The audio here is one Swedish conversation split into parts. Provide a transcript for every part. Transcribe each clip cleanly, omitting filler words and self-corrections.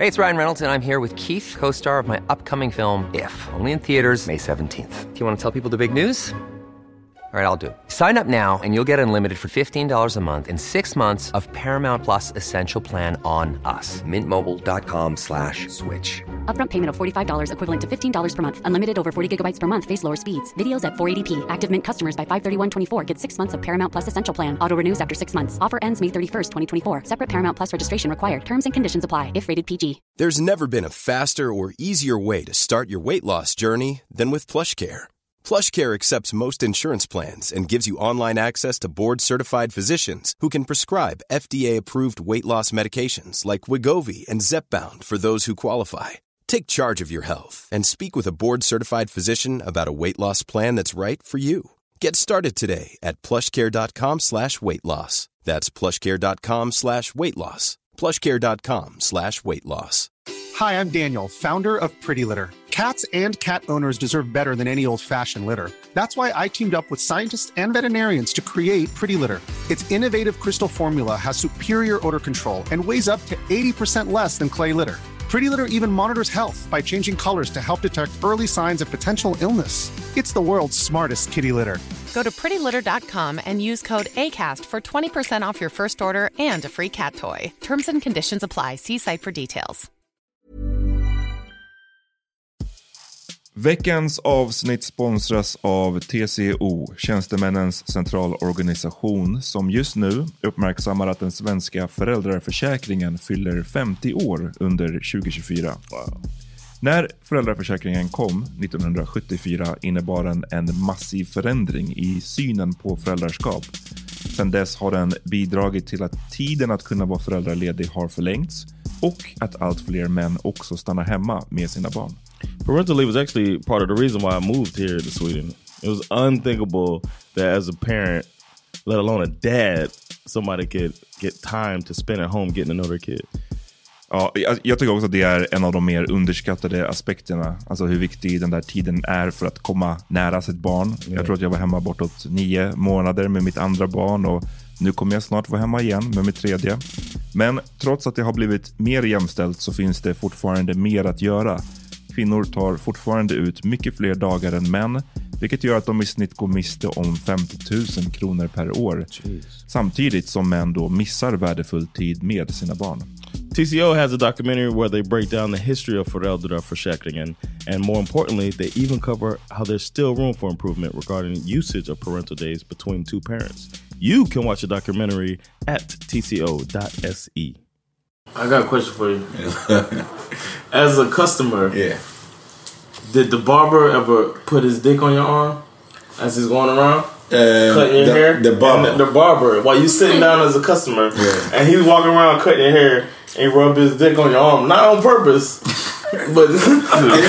Hey, it's Ryan Reynolds, and I'm here with Keith, co-star of my upcoming film, If, only in theaters May 17th. Do you want to tell people the big news? All right, I'll do it. Sign up now and you'll get unlimited for $15 a month and 6 months of Paramount Plus Essential Plan on us. MintMobile.com/switch. Upfront payment of $45 equivalent to $15 per month. Unlimited over 40 gigabytes per month. Face lower speeds. Videos at 480p. Active Mint customers by 531.24 get 6 months of Paramount Plus Essential Plan. Auto renews after 6 months. Offer ends May 31st, 2024. Separate Paramount Plus registration required. Terms and conditions apply if rated PG. There's never been a faster or easier way to start your weight loss journey than with PlushCare. PlushCare accepts most insurance plans and gives you online access to board-certified physicians who can prescribe FDA-approved weight loss medications like Wegovy and Zepbound for those who qualify. Take charge of your health and speak with a board-certified physician about a weight loss plan that's right for you. Get started today at plushcare.com/weightloss. That's plushcare.com/weightloss. plushcare.com/weightloss. Hi, I'm Daniel, founder of Pretty Litter. Cats and cat owners deserve better than any old-fashioned litter. That's why I teamed up with scientists and veterinarians to create Pretty Litter. Its innovative crystal formula has superior odor control and weighs up to 80% less than clay litter. Pretty Litter even monitors health by changing colors to help detect early signs of potential illness. It's the world's smartest kitty litter. Go to prettylitter.com and use code ACAST for 20% off your first order and a free cat toy. Terms and conditions apply. See site for details. Veckans avsnitt sponsras av TCO, Tjänstemännens centralorganisation, som just nu uppmärksammar att den svenska föräldraförsäkringen fyller 50 år under 2024. Wow. När föräldraförsäkringen kom 1974 innebar den en massiv förändring i synen på föräldraskap. Sedan dess har den bidragit till att tiden att kunna vara föräldraledig har förlängts och att allt fler män också stannar hemma med sina barn. Parental leave was actually part of the reason why I moved here to Sweden. It was unthinkable that as a parent, let alone a dad, somebody could get time to spend at home getting to know their kid. Ja, jag tycker också att det är en av de mer underskattade aspekterna. Alltså hur viktig den där tiden är för att komma nära sitt barn. Yeah. Jag tror att jag var hemma bortåt 9 månader med mitt andra barn och nu kommer jag snart vara hemma igen med mitt tredje. Men trots att det har blivit mer jämställt så finns det fortfarande mer att göra. Kvinnor tar fortfarande ut mycket fler dagar än män, vilket gör att de i snitt går miste om 50 000 kronor per år. Jeez. Samtidigt som män då missar värdefull tid med sina barn. TCO has a documentary where they break down the history of föräldraförsäkringen, and more importantly, they even cover how there's still room for improvement regarding usage of parental days between two parents. You can watch the documentary at tco.se. I got a question for you. As a customer, did the barber ever put his dick on your arm as he's going around? Cutting your hair? The barber, while you sitting down as a customer, and he's walking around cutting your hair, and he rubbed his dick on your arm, not on purpose, but and you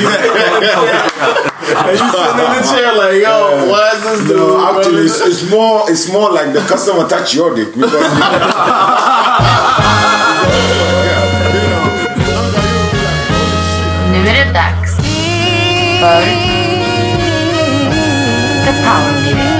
sitting in the chair like, yo, why is this dude? No, actually, it's more like the customer touch your dick because. Nu är det dags för The Power Meeting.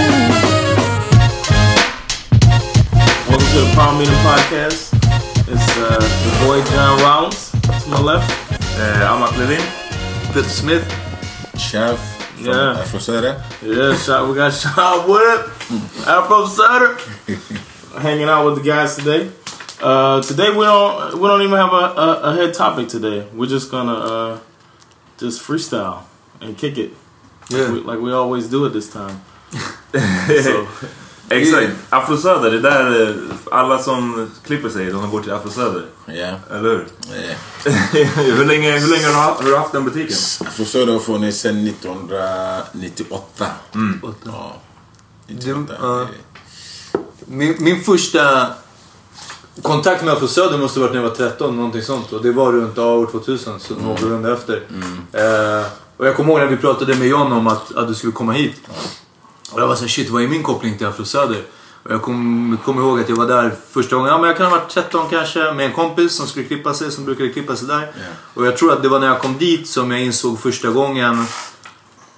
Welcome to the Power Meeting podcast. It's the boy John Rollins to my left. Amat Levin. Peter Smith. Chef from Afro Sutter. Yeah, we got Sean Wood. Afro Sutter. Hanging out with the guys today. Today we don't even have a head topic today. We're just gonna just freestyle and kick it, like we always do it this time. So, exakt. Afro Söder, det där alla som klipper sig, de går till Afro Söder. Ja. Eller hur? Hur länge har du haft den butiken? Afro Söder har funnits sedan 1998. Ja. 98. Min första kontakt med Afro Söder måste ha varit när jag var 13, någonting sånt. Och det var runt år 2000, så någorlunda efter. Och jag kommer ihåg när vi pratade med John om att du skulle komma hit. Och jag var så här, shit, vad är min koppling till Afro Söder? Och jag kommer ihåg att jag var där första gången. Ja, men jag kan ha varit 13 kanske, med en kompis som skulle klippa sig, som brukade klippa sig där. Och jag tror att det var när jag kom dit som jag insåg första gången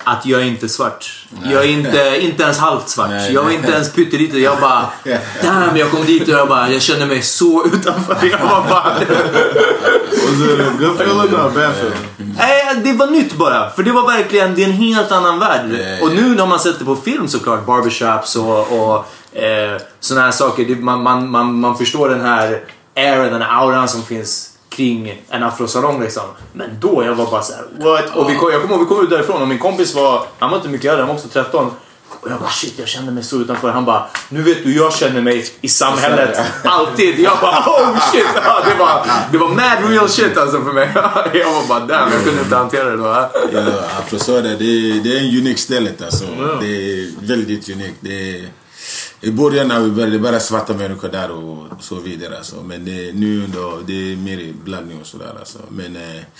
att jag är inte svart. Jag är inte ens halvt svart. Jag är inte ens pyttelite. Jag bara, damn, jag kom dit och jag kände mig så utanför. Jag var bara... Was it a good feeling or a bad feeling? Det var nytt bara. För det var verkligen, det är en helt annan värld. Och nu när man sett det på film såklart, barbershops och såna här saker, man förstår den här airen, den här auran som finns kring en afrosalong liksom. Men då jag var bara så här, what? Och jag kommer ihåg, vi kom ut därifrån och min kompis han var inte mycket äldre, han var också 13. Och jag bara shit, jag kände mig så utanför. Han bara, nu vet du, jag känner mig i samhället alltid. Jag bara, oh shit. Det var mad real shit alltså för mig. Jag var bara, damn, jag kunde inte hantera det då. Ja, Afrosöder, det är en unik ställe alltså. Det är väldigt unikt. I början när vi började bara svarta människor där och så vidare alltså. Men nu då, det är mer blandning och sådär alltså. Men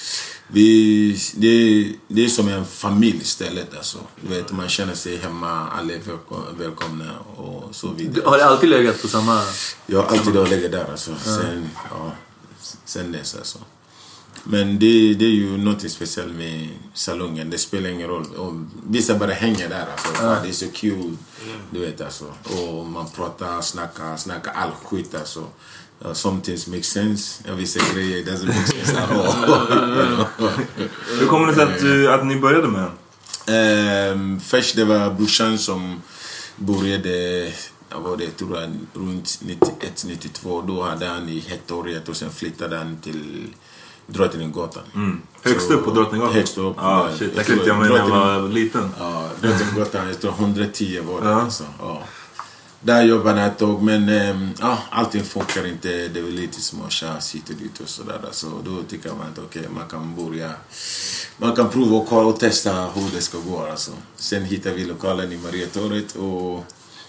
det är som en familj istället alltså. Du vet, man känner sig hemma, alla är välkomna och så vidare. Har det alltid legat på samma? Jag har alltid legat där alltså. Sen dess alltså. Men det är ju något speciellt med salongen. Det spelar ingen roll. Och vissa bara hänger där alltså. Det är så kul. Du vet alltså. Och man pratar, snackar all skit alltså. Some things make sense. Vissa grejer doesn't make sense at all. Hur kommer det sig att ni började med den? Först det var brorsan som började, tror jag, runt 91-92. Då hade han i Hettorget och sen flyttade han till Drottninggatan. Högst upp på Drottninggatan? Högst upp. Shit, jag klippte mig när jag var liten. Ja, Drottninggatan, jag tror 110 var det alltså. Där jobbade jag ett tag, men allting funkar inte. Det är lite små chans hit och dit och sådär. Så då tycker man att okej, man kan börja. Man kan prova och testa hur det ska gå alltså. Sen hittar vi lokalen i Mariatorget och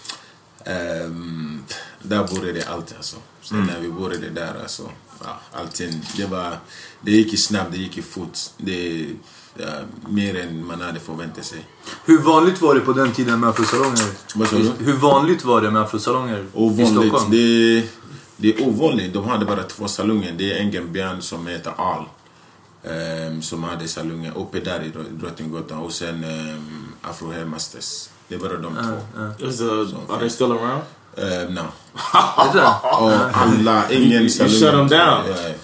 där började allt alltså. Sen när vi började där alltså, allting, det gick snabbt, det gick fort. Det mer än man hade förväntat sig. Hur vanligt var det på den tiden med afrosalonger? Hur vanligt var det med afrosalonger i Stockholm? Det är ovanligt. De hade bara 2 salonger. Det är en gambian som heter Al som hade salonger uppe där i Drottninggatan och sen Afro Hair Masters. Det är bara de 2. Are they still around? No. Alla, ingen salong. You shut them down.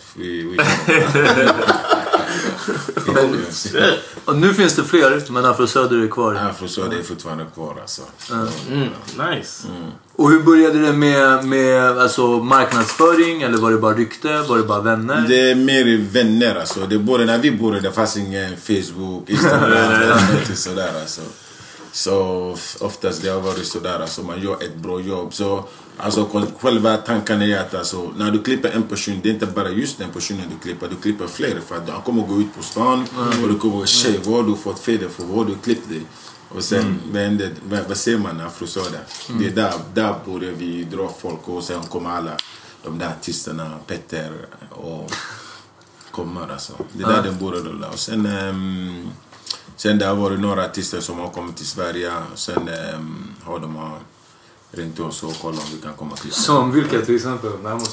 Och nu finns det fler, men Afrosöder är kvar. Afrosöder är fortfarande kvar alltså. Nice. Och hur började det med alltså marknadsföring, eller var det bara rykte, var det bara vänner? Det är mer vänner alltså. Det började när vi började, det fanns ingen Facebook, Instagram och sådär alltså. Så oftast det har varit sådär alltså, man gör ett bra jobb. Så alltså själva tanken är att alltså, när du klipper en person, det är inte bara just den personen du klipper fler, för att han kommer gå ut på stan och du kommer se vad du fått fel för vad du klippte. Och sen vad ser man Afrosöder? Det är där borde vi dra folk och sen kommer alla de där artisterna, Petter och kommer alltså. Det är där den borde rulla. Och sen där var det några artister som har kommit till Sverige. Sen har de ringt oss och kollat om vi kan komma till. Som vilka till exempel?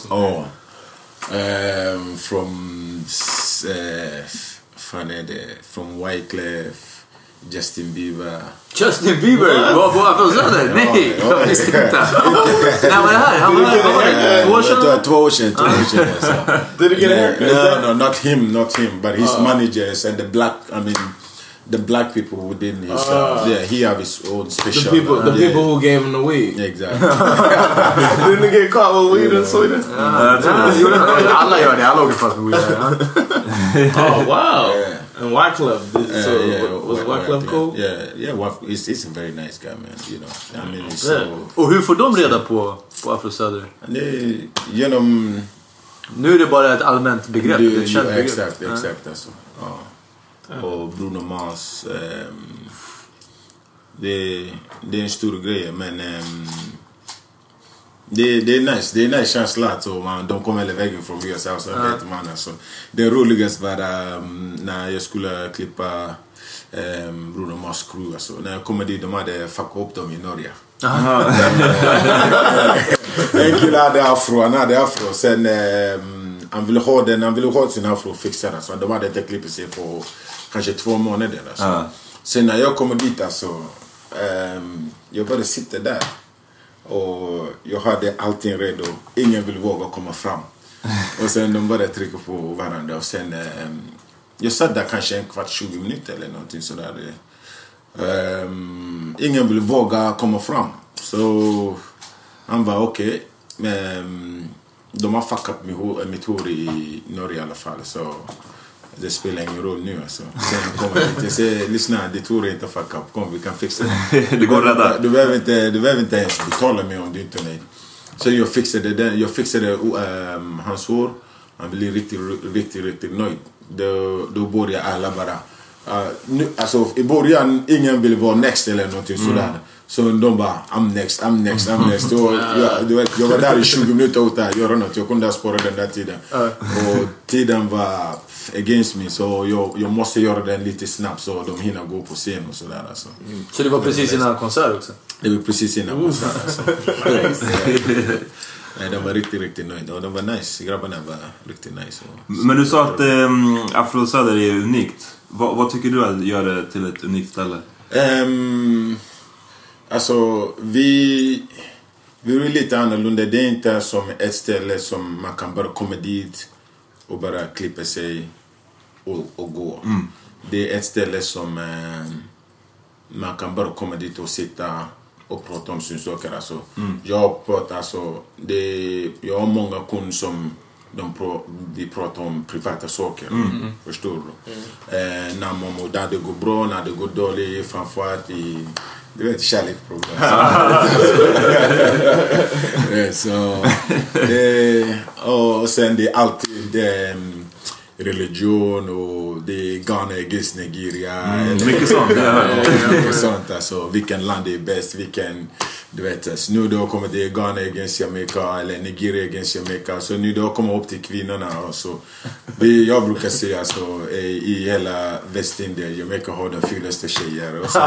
From Wyclef, Justin Bieber. Justin Bieber? Vad sa du? Nej, jag visste inte. När var det här? Han var 2 år sedan. Did he get hair? No, not him, but his managers and the black people within his he have his own special. The people who gave him the weed. Exactly. Didn't he get caught with weed in Sweden? Alla gör det, alla åker fast med weed. Oh wow. And Wyclef, was Wyclef cool? Yeah, he's a very nice guy, man. You know, I mean, so. Och hur får de reda på Afrosöder? Genom. Nu är det bara ett allmänt begrepp. Exakt alltså. Och Bruno Mars, det är en stor grej, men det är nice känsla att de kommer hela vägen från USA, så vet man alltså. Det roligaste var när jag skulle klippa Bruno Mars crew alltså. När jag kom dit, de hade fuckat upp dem i Norge. En kille hade afro, sen han ville ha sin afro fixad alltså. De hade inte klippt sig för kanske 2 månader alltså. Sen när jag kommer dit alltså, jag bara sitter där. Och jag hade allting redo. Ingen vill våga komma fram. Och sen de bara trycker på varandra. Och sen, jag satt där kanske 20 minuter eller någonting sådär. Ingen vill våga komma fram. Så han var okej. De har fuckat mitt hår i Norge i alla fall. Så det spelar ingen roll nu alltså. Sen kommer jag säger, lyssna, ditt hår är inte fuck up. Kom, vi kan fixa det. Det går rädda. Du behöver inte ens betala mig om du inte är nöjd. Så jag fixade hans hår. Han blir riktigt nöjd. Då börjar alla bara. Alltså i början ingen vill vara next eller någonting sådär. Så de bara, I'm next. Jag var där i 20 minuter utan att göra något. Jag kunde spara den där tiden. Och tiden var against me. Så jag måste göra den lite snabbt så de hinner gå på scen och sådär alltså. Så det var precis innan konsert också? Det var precis innan konsert alltså. Nej, de var riktigt nöjda. Och de var nice, grabbarna var riktigt nice. Men du sa att Afro Söder är unikt. Vad tycker du att gör det till ett unikt ställe? Alltså, vi är lite annorlunda. Det är inte som ett ställe som man kan bara komma dit och bara klippa sig och gå. Det är ett ställe som man kan bara komma dit och sitta och prata om sin saker. Alltså, jag har många kunder som de pratar om privata saker. Förstår du? När man mår, där det går bra, när det går dåligt, framförallt i du vet, kärleksproblem. Så och sen det är alltid religion och det är Ghana against Nigeria. Mycket sånt. Mycket sånt alltså, vilken land är bäst, vilken du vet, nu då kommer det Ghana against Jamaica eller Nigeria against Jamaica. Så nu då kommer upp till kvinnorna och så. Jag brukar säga alltså, i hela Västindien, Jamaica har den finaste tjejer och så.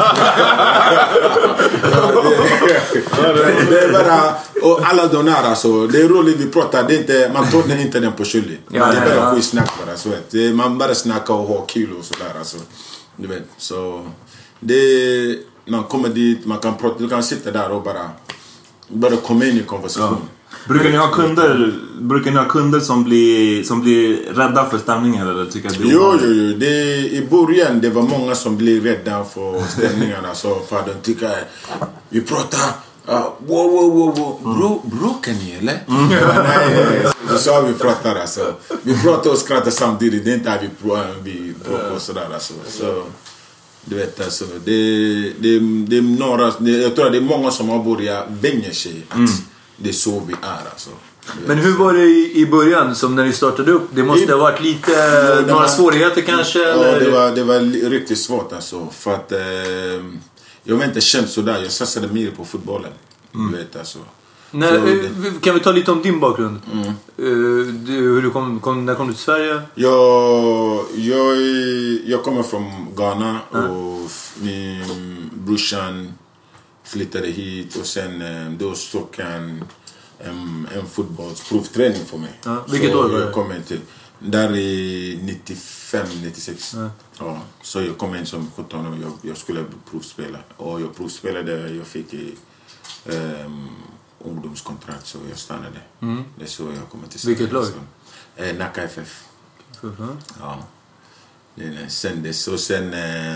Det är bara, och alla de här alltså, det är roligt vi pratar, det är inte, man tar inte den på skyldig. Det är bara skitsnack bara, så vet. Man bara snackar och har kul och sådär alltså. Du vet, så det man kommer dit, man kan prata, du kan sitta där och bara komma in i konversation. Brukar ni ha kunder som blir rädda för stämningen eller tycker att det är Jo. I början det var många som blev rädda för stämningarna så för de tycker vi pratar wow, bråkar ni eller? Nej, så sa vi pratar alltså. Vi pratar och skrattar samtidigt, det är inte att vi bråkar och sådär alltså. Så du vet alltså, det är några, jag tror att det är många som har börjat vänja sig att det är så vi är alltså. Men hur var det i början som när ni startade upp? Det måste ha varit lite några svårigheter kanske? Ja, det var riktigt svårt alltså för att jag var inte känd så där. Jag satsade mer på fotbollen. Du vet alltså. Kan vi ta lite om din bakgrund? Hur du när kom du till Sverige? Jag kommer från Ghana och min brorsan flyttade hit och sen då såg han en fotbollsprovträning för mig. Vilket år var det? Jag kom in till där i 95-96. Ja, så jag kom in som 17 och jag skulle provspela. Och jag provspelade, jag fick ungdomskontrakt så jag stannade. Det är så jag kommer till Sverige. Vilket lag? Nacka FF. Ja. Sen det så sen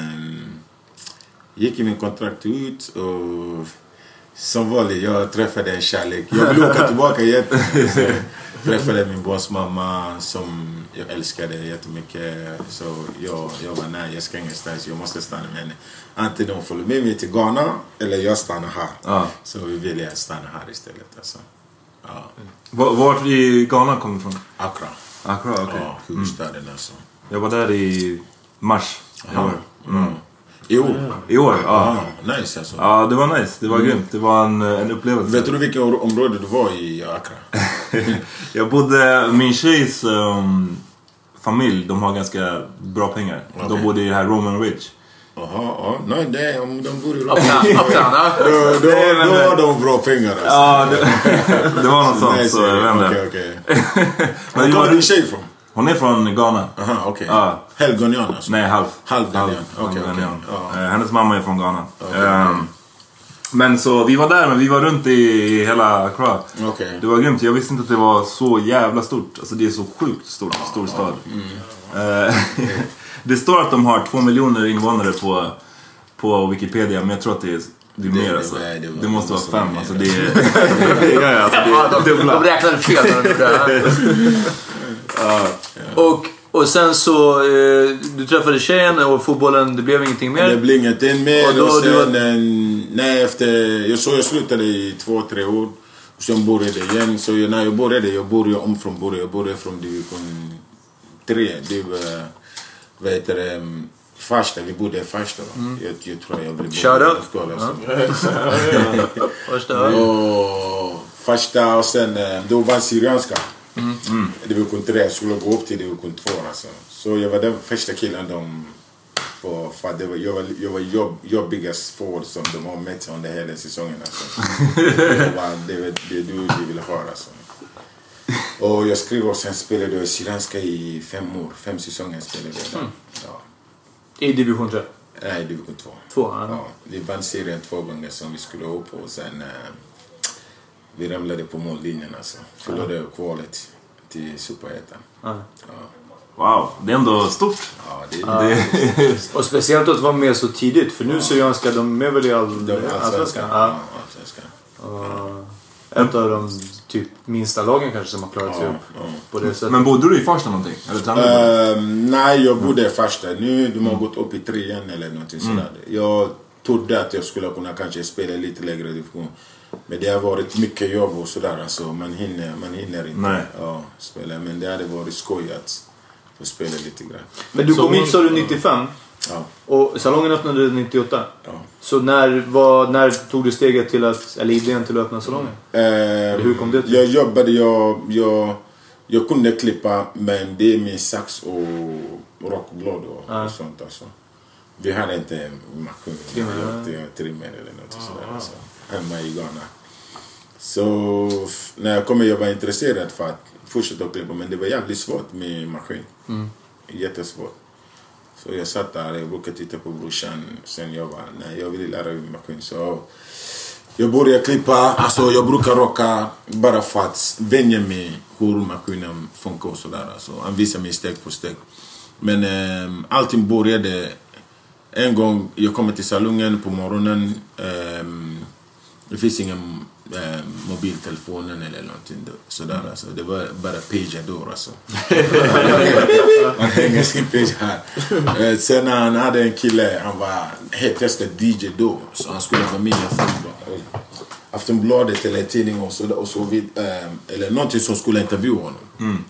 gick min kontrakt ut och som vanligt jag träffade en kärlek. Jag vill åka tillbaka igen. Träffade min bossmamma som jag älskade jättemycket. Så jag var nej, jag ska ingenstans, jag måste stanna med henne. Antingen de följer med mig till Ghana eller jag stannar här. Så vi ville stanna här istället alltså. Vart i Ghana kommer du från? Accra, okej. Ja, huvudstaden alltså. Jag var där i mars i år? I år, ja. Nice alltså. Ja, det var nice. Det var grymt. Det var en upplevelse. Vet du vilket område du var i Accra? Jag bodde, min tjejs familj, de har ganska bra pengar. Okay. De bodde i det här Roman Ridge. Nej, det är om de bor i Roman då har de bra pengar alltså. Ja, det var något sånt. Nej, så jag vet inte. Okej. Men var din tjej från? Hon är från Ghana. Aha, okej. Helgonian alltså? Nej, halvghanian. Okej. Hennes mamma är från Ghana. Men så vi var där, men vi var runt i hela Accra. Det var grymt. Jag visste inte att det var så jävla stort. Alltså det är så sjukt stor stad. Det står att de har 2 miljoner invånare på Wikipedia, men jag tror att det är mer alltså. Det måste vara 5 alltså. Det är de räknade fel och sen så du träffade tjejen och fotbollen, det blev ingenting mer. Det blev ingenting mer och sen jag slutade i 2-3 år och sen började igen. Så när jag började om från början. Jag började från division 3. Det var Farsta, vi bodde i Farsta. Jag tror jag ville bo i skolan. Farsta och sen då var syrianska. Division 3, jag skulle gå upp till division 2 alltså. Så jag var den första killen jag var jobbigast forward som de har mätt under hela säsongen alltså. Det du ville höra alltså. Och jag skrev och sen spelade jag syrianska i 5 år. 5 säsonger spelade jag där. I division 3? Nej, division 2. Vi vann serien 2 gånger som vi skulle upp och sen vi ramlade på mållinjen alltså. Förlorade kvalet till Superettan. Wow, det är ändå stort. Och speciellt att vara med så tidigt, för nu Syrianska, de är väl i allsvenskan. Ett av de typ minsta lagen kanske som har klarat sig upp på det sättet. Men bodde du i Farsta någonting? Nej, jag bodde i Farsta. Nu de har gått upp i 3:an eller någonting sådär. Jag trodde att jag skulle kunna kanske spela lite lägre division. Men det har varit mycket jobb och sådär. Alltså, man hinner inte spela. Men det hade varit skoj att få spela lite grann. Men du kom hit så du 95? Ja. Och salongen öppnade 98? Ja. Så när tog du steget till eller idén till att öppna salongen? Hur kom det till? Jag jobbade, jag kunde klippa, men det är min sax och rockblad och sånt alltså. Vi hade inte maskin, trimmer eller något sådär alltså, hemma i Ghana. Så när jag kom jag var intresserad för att fortsätta att klippa, men det var jävligt svårt med maskin. Jättesvårt. Så jag satt där, jag brukade titta på brorsan. Sen jag ville lära mig maskin. Så jag började klippa, alltså jag brukar rocka bara för att vänja mig hur maskinen funkar och sådär. Alltså, han visar mig steg på steg. Men allting började en gång, jag kom till salongen på morgonen. Det finns ingen mobiltelefonen eller någonting sådär alltså. Det var bara pager alltså. Man hänger sin page här. Sen han hade en kille, han var hetaste DJ då, så han skulle vara med i Aftonbladet eller tidning och så vid, eller någonting som skulle intervjua honom.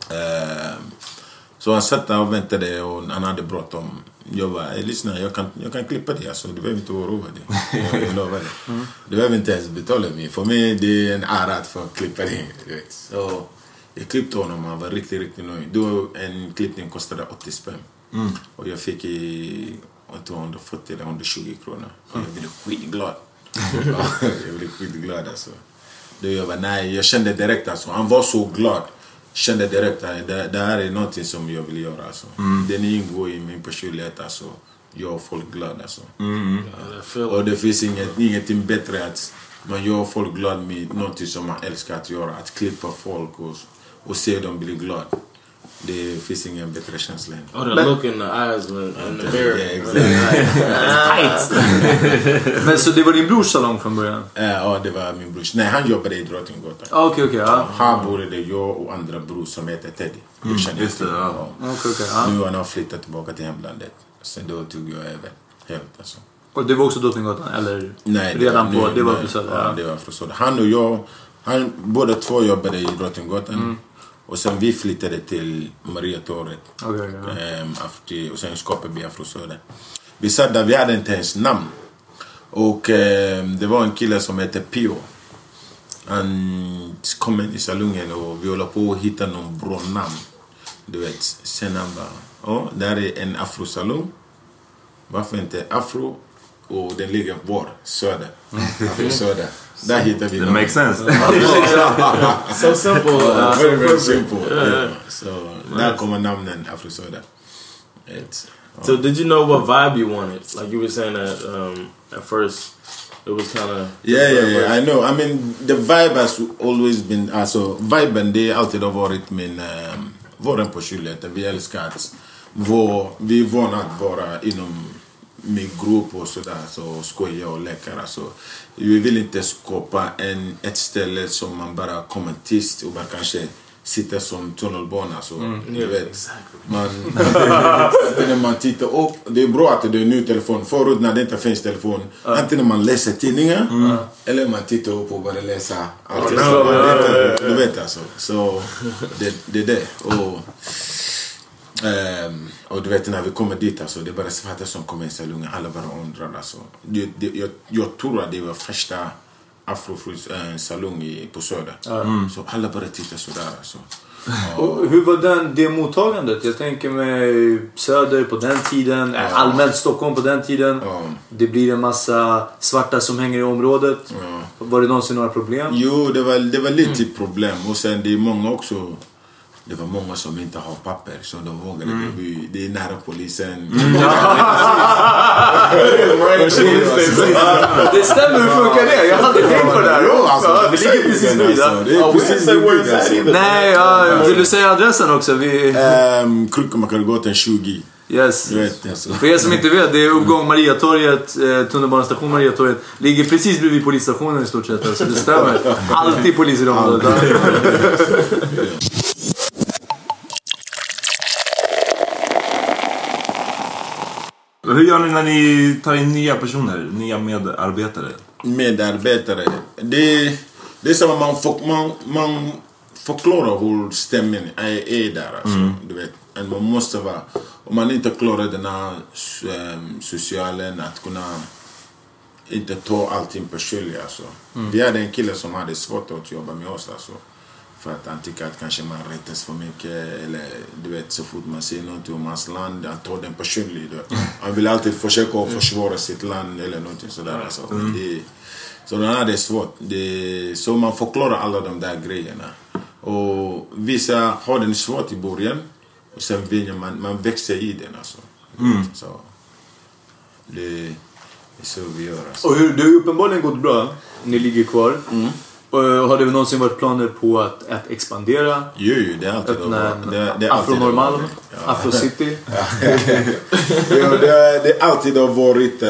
Så han satt där och väntade och han hade bråttom. Jag bara, lyssna, jag kan klippa det alltså. Du behöver inte vara orolig. Jag lovar det. Du behöver inte ens betala mig. För mig det är en ära att få klippa det. Så jag klippte honom, han var riktigt, riktigt nöjd. Då en klippning kostade 80 spänn. Och jag fick i 140 eller 120 kronor. Och jag blev skitglad. Jag blev skitglad alltså. Då jag kände direkt alltså. Han var så glad. Kände direkt att det här är något som jag vill göra alltså. Den ingår i min personlighet alltså. Jag folk glad alltså. Och det finns ingenting bättre att man gör folk glad med något som man älskar att göra. Att klippa folk och se dem bli glad. Det finns ingen bättre känsla. Oh, the look in the eyes in the mirror. Yeah, exactly. Men så det var din brors salong från början? Ja, det var min brors. Nej, han jobbade i Drottninggatan. Okej. Han bodde jag och andra bror som heter Teddy. Just det, Nu har han flyttat tillbaka till hemlandet. Sen då tog jag över helt alltså. Och det var också Drottninggatan? Eller nej, redan på? Det var för Söder? Ja, det var för Söder. Han och jag, båda två jobbade i Drottninggatan. Och sen vi flyttade till Mariatorget. Och sen skapade vi Afro Söder. Vi satt där, vi hade inte ens namn. Och det var en kille som hette Pio. Han kom in i salongen och vi håller på att hitta någon bra namn. Du vet, sen han bara, där är en afrosalong. Varför inte afro? Och den ligger var? Söder. Afro Söder. Där hittar vi det. Makes sense. So simple. Very, very simple. Yeah. So där kommer namnen Afrosoda. So did you know what vibe you wanted? Like you were saying that at first it was kind of... Yeah. I know. I mean, the vibe has always been... Alltså, viben, det är alltid har varit min... våren på Kyllet. Vi älskar att vi är vana att vara inom min grupp och sådär. Så skoja och leka. Så vi vill inte skapa ett ställe som man bara kommer tyst och bara kanske sitter som tunnelbana. Så du vet. När man tittar upp, det är bra att det är en ny telefon. Förut när det inte finns telefon, antingen man läser tidningar eller man tittar upp och bara läser allt. Du vet alltså. Så det är det. Och du vet när vi kommer dit alltså, det är bara svarta som kommer i salongen. Alla bara undrar alltså. Jag tror att det var första afrosalong på Söder. Så alla bara tittar sådär alltså. Och hur var det mottagandet? Jag tänker mig Söder på den tiden, allmänt Stockholm på den tiden. Det blir en massa svarta som hänger i området. Var det någonsin några problem? Jo, det var lite problem. Och sen det är många också. Det var många som inte har papper, så de vågade det är nära polisen. Det stämmer, hur funkar det? Jag hade tänkt på det här. Det ligger precis nu. Det är precis nu. Nej, vill du säga adressen också? Krukamakargatan 20. Yes. För er som inte vet, det är uppgång Mariatorget, tunnelbanestation Mariatorget. Ligger precis bredvid polisstationen i stort sett. Så det stämmer. Alltid poliser i området. Hur gör ni när ni tar in nya personer, nya medarbetare? Det är som att man förklarar hur stämningen är där alltså, du vet. Man måste vara, om man inte klarar den här socialen att kunna inte ta allting personligt alltså. Vi hade en kille som hade svårt att jobba med oss alltså. För att han tycker att kanske man rättas för mycket. Eller du vet, så fort man ser någonting om hans land, han tar den personligt. Han vill alltid försöka att försvara sitt land eller någonting sådär alltså. Så den här är svårt. Så man förklarar alla de där grejerna. Och vissa har den svårt i början. Och sen vinner man växer i den alltså. Så det är så vi gör alltså. Och det har uppenbarligen gått bra. Ni ligger kvar. Har det någonsin varit planer på att expandera? Jo, det är alltid det är Afro-Normal, Afro-City. Det är alltid har varit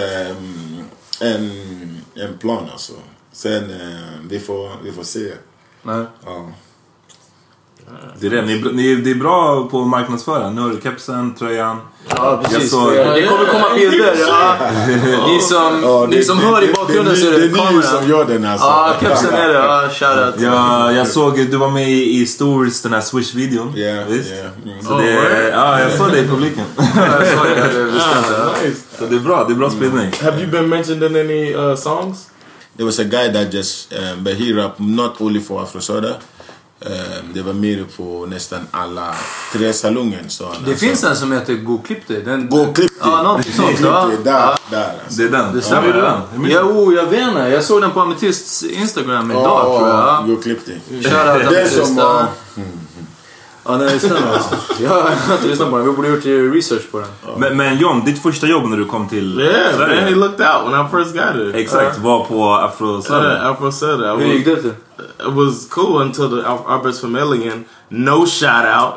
en plan alltså. Sen vi får se. Nej. Det är bra på att marknadsföra. Nu har du kepsen, tröjan. Ja, precis. Det kommer komma bilder. Ni som hör i bakgrunden så är det kameran. Det är ni som gör den alltså. Ja, kepsen är det. Shoutout. Ja, jag såg du var med i Stories, den här Swish-videon. Så jag såg det i publiken. Så det är bra spelning. Have you been mentioned in any songs? There was a guy that just but he rap not only for Afrosoda. Det var mer på nästan alla 3 salongen. Det finns en som heter Gå klipp dig. Gå klipp dig. Ja, någonting sånt. Där alltså. Det är den. Det stämmer den. Jag vet inte. Jag såg den på Ametysts Instagram idag tror jag. Gå klipp dig. Det är som... Ja, nej, det stämmer alltså. Jag har inte lyssnat på den. Vi borde gjort research på den. Men John, ditt första jobb när du kom till Sverige. Yeah, he looked out when I first got it. Exakt, var på Afrosoda. Hur gick det till? It was cool until the Arbetsförmedlingen no shout out.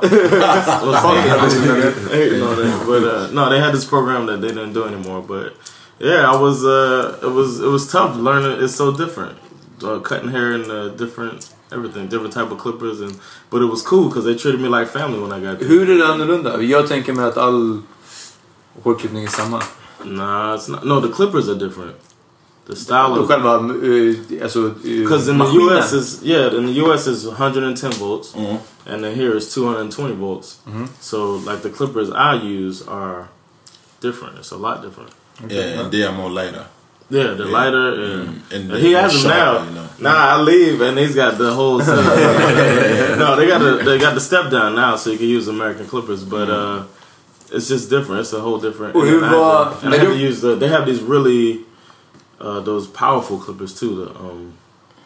But no, they had this program that they didn't do anymore. But yeah, it was tough learning. It's so different, cutting hair and different type of clippers, but it was cool because they treated me like family when I got there. Hur är det annorlunda? Jag tänker mig att all hårklippning är samma. Nah, it's not. No, the clippers are different. The style of själva because in the US is 110 volts and then here is 220 volts. So like the clippers I use are different. It's a lot different. Yeah, and they are more lighter. Yeah, the lighter and he has them now. You know. Now I leave and he's got the whole no, they got the step down now so you can use American clippers, but it's just different. It's a whole different. And they have these really those powerful clippers too.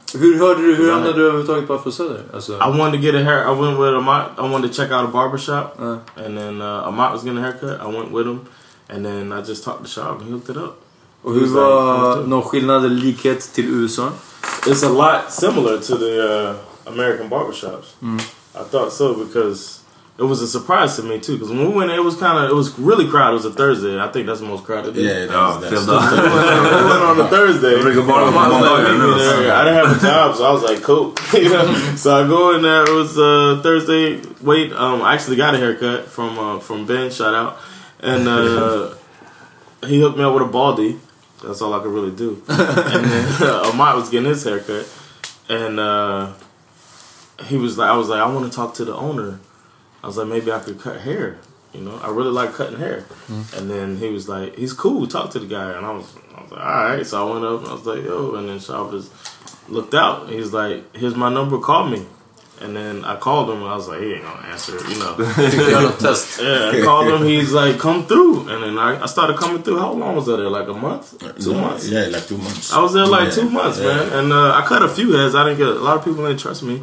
Hur hörde du, hur hamnade du överhuvudtaget på Söder? Alltså... I wanted to get a hair. I went with Amat. I wanted to check out a barbershop. And then Amat was getting a haircut. I went with him. And then I just talked to shop and he hooked it up. Och hur var någon skillnad eller likhet till USA? It's a lot similar to the American barbershops. I thought so because it was a surprise to me too. Because when we went, it was really crowded. It was a Thursday. I think that's the most crowded day. Yeah, that's we went on a Thursday. I didn't have a job, so I was like, cool. So I go in there. It was Thursday. Wait, I actually got a haircut from Ben. Shout out. And he hooked me up with a baldy. That's all I could really do. And then Amat was getting his haircut, and he was like, I was like, I want to talk to the owner. I was like, maybe I could cut hair. You know, I really like cutting hair. And then he was like, he's cool. Talk to the guy. And I was like, all right. So I went up and I was like, yo. And then Shaw just looked out. He's like, here's my number. Call me. And then I called him and I was like, he ain't gonna answer, you know. I called him, he's like, come through. And then I started coming through. How long was I there? Like a month? 2 months? Yeah, like 2 months. I was there like 2 months, man. And I cut a few heads. I didn't get, a lot of people didn't trust me.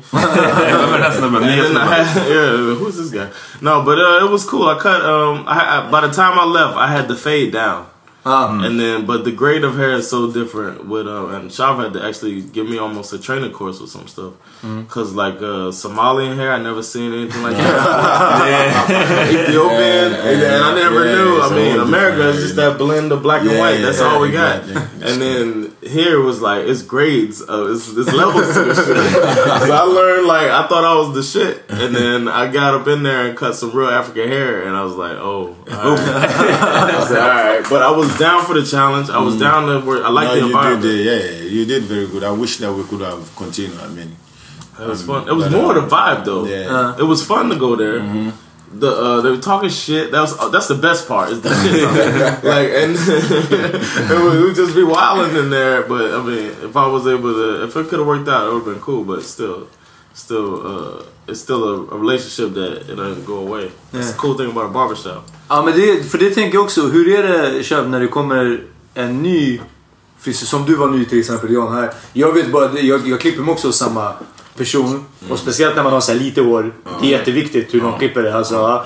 Who's this guy? No, but it was cool. I cut, by the time I left, I had the fade down. And then, but the grade of hair is so different with, and Shav had to actually give me almost a training course with some stuff. Cause like, Somalian hair, I never seen anything like that. Ethiopian, and I never knew. I mean, America is just that blend of black and white. That's all we got. And then here was like, it's grades, it's levels to this shit. So I learned, like, I thought I was the shit. And then I got up in there and cut some real African hair, and I was like, oh, all right. I said, all right. But I was down for the challenge. I was down to where I like the environment. You did very good. I wish that we could have continued. I mean, it was fun. It was more the vibe though. It was fun to go there. They were talking shit. That's the best part. Is the shit talking. Like, and it would just be wilding in there. But I mean, if I was able to, if it could have worked out, it would have been cool. But still, it's still a relationship that it doesn't go away. That's the cool thing about a barbershop. Ja, men det tänker jag också. Hur är det, Shav, när det kommer en ny frisör, som du var ny till exempel, Jan här. Jag vet bara, jag klipper mig också samma person. Och speciellt när man har så här lite hår. Det är jätteviktigt hur de klipper det. Alltså,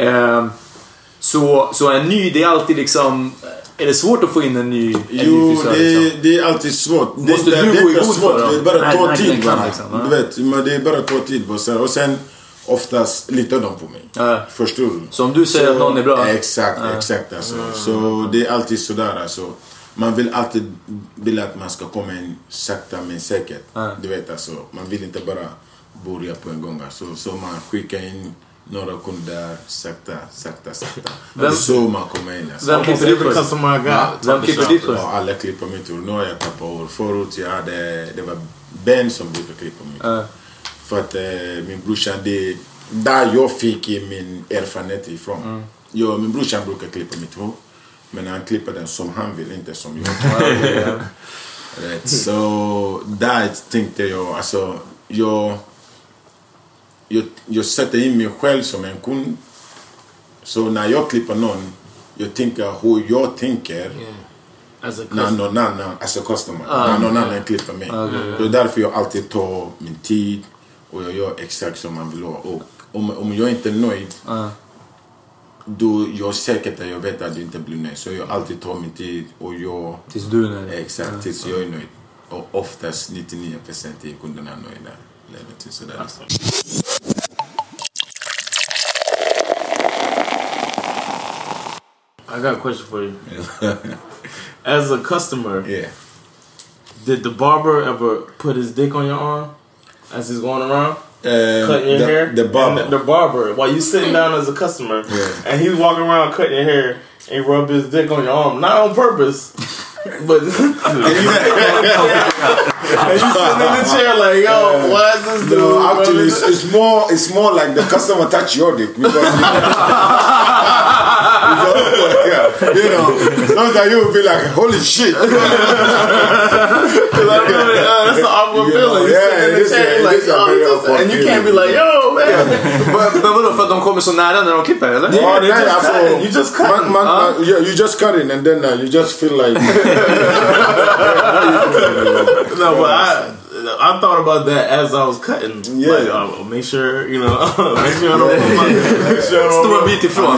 så en ny, det är alltid liksom... Är det svårt att få in en ny frisör? Jo, det är alltid svårt. Måste du gå i god för dem? Det är bara ta tid. Du vet, men det är bara ta tid. Och sen oftast litar de på mig. Förstår du? Så om du säger att någon är bra? Exakt alltså. Så det är alltid sådär alltså. Man vill alltid vilja att man ska komma in sakta men säkert. Du vet alltså. Man vill inte bara börja på en gång. Alltså. Så man skickar in några kunder sakta. Så man kommer in alltså. Vem klipper ditt hår? Alla klipper mitt hår. Nu har jag tappat hår. Förut det var Ben som brukade klippa mitt hår. För att min brorsan, det där jag fick min erfarenhet ifrån. Min brorsan brukar klippa mitt hår. Men han klipper den som han vill, inte som jag. Så där tänkte jag, alltså jag sätter in mig själv som en kund. Så när jag klipper någon, jag tänker hur jag tänker. När någon annan, alltså customer, när någon annan klipper mig. Det är därför jag alltid tar min tid. Och jag gör exakt som man vill ha. Och om jag inte är nöjd, då jag är säker att jag vet att du inte blir nöjd. Så jag alltid tar min tid och jag... Tills du är nöjd. Exakt, tills jag är nöjd. Och oftast 99% är kunderna nöjda. Sådär. I got a question for you. As a customer, did the barber ever put his dick on your arm as he's going around? Cutting your hair? The barber. While you sitting down as a customer, and he's walking around cutting your hair, and he rub his dick on your arm. Not on purpose, but and you sitting in the chair like, yo, why is this dude? No, actually, it's more like the customer touch your dick. Because you know, sometimes you will be like, holy shit. That's an awkward feeling. And you can't be like, yo, man. Men vadå, för att de kommer så nära när de klipper, eller? You just cut. You just cut it and then you just feel like... No, but I thought about that as I was cutting. Yeah. Like, make sure, you know, make sure I don't Stor bit ifrån.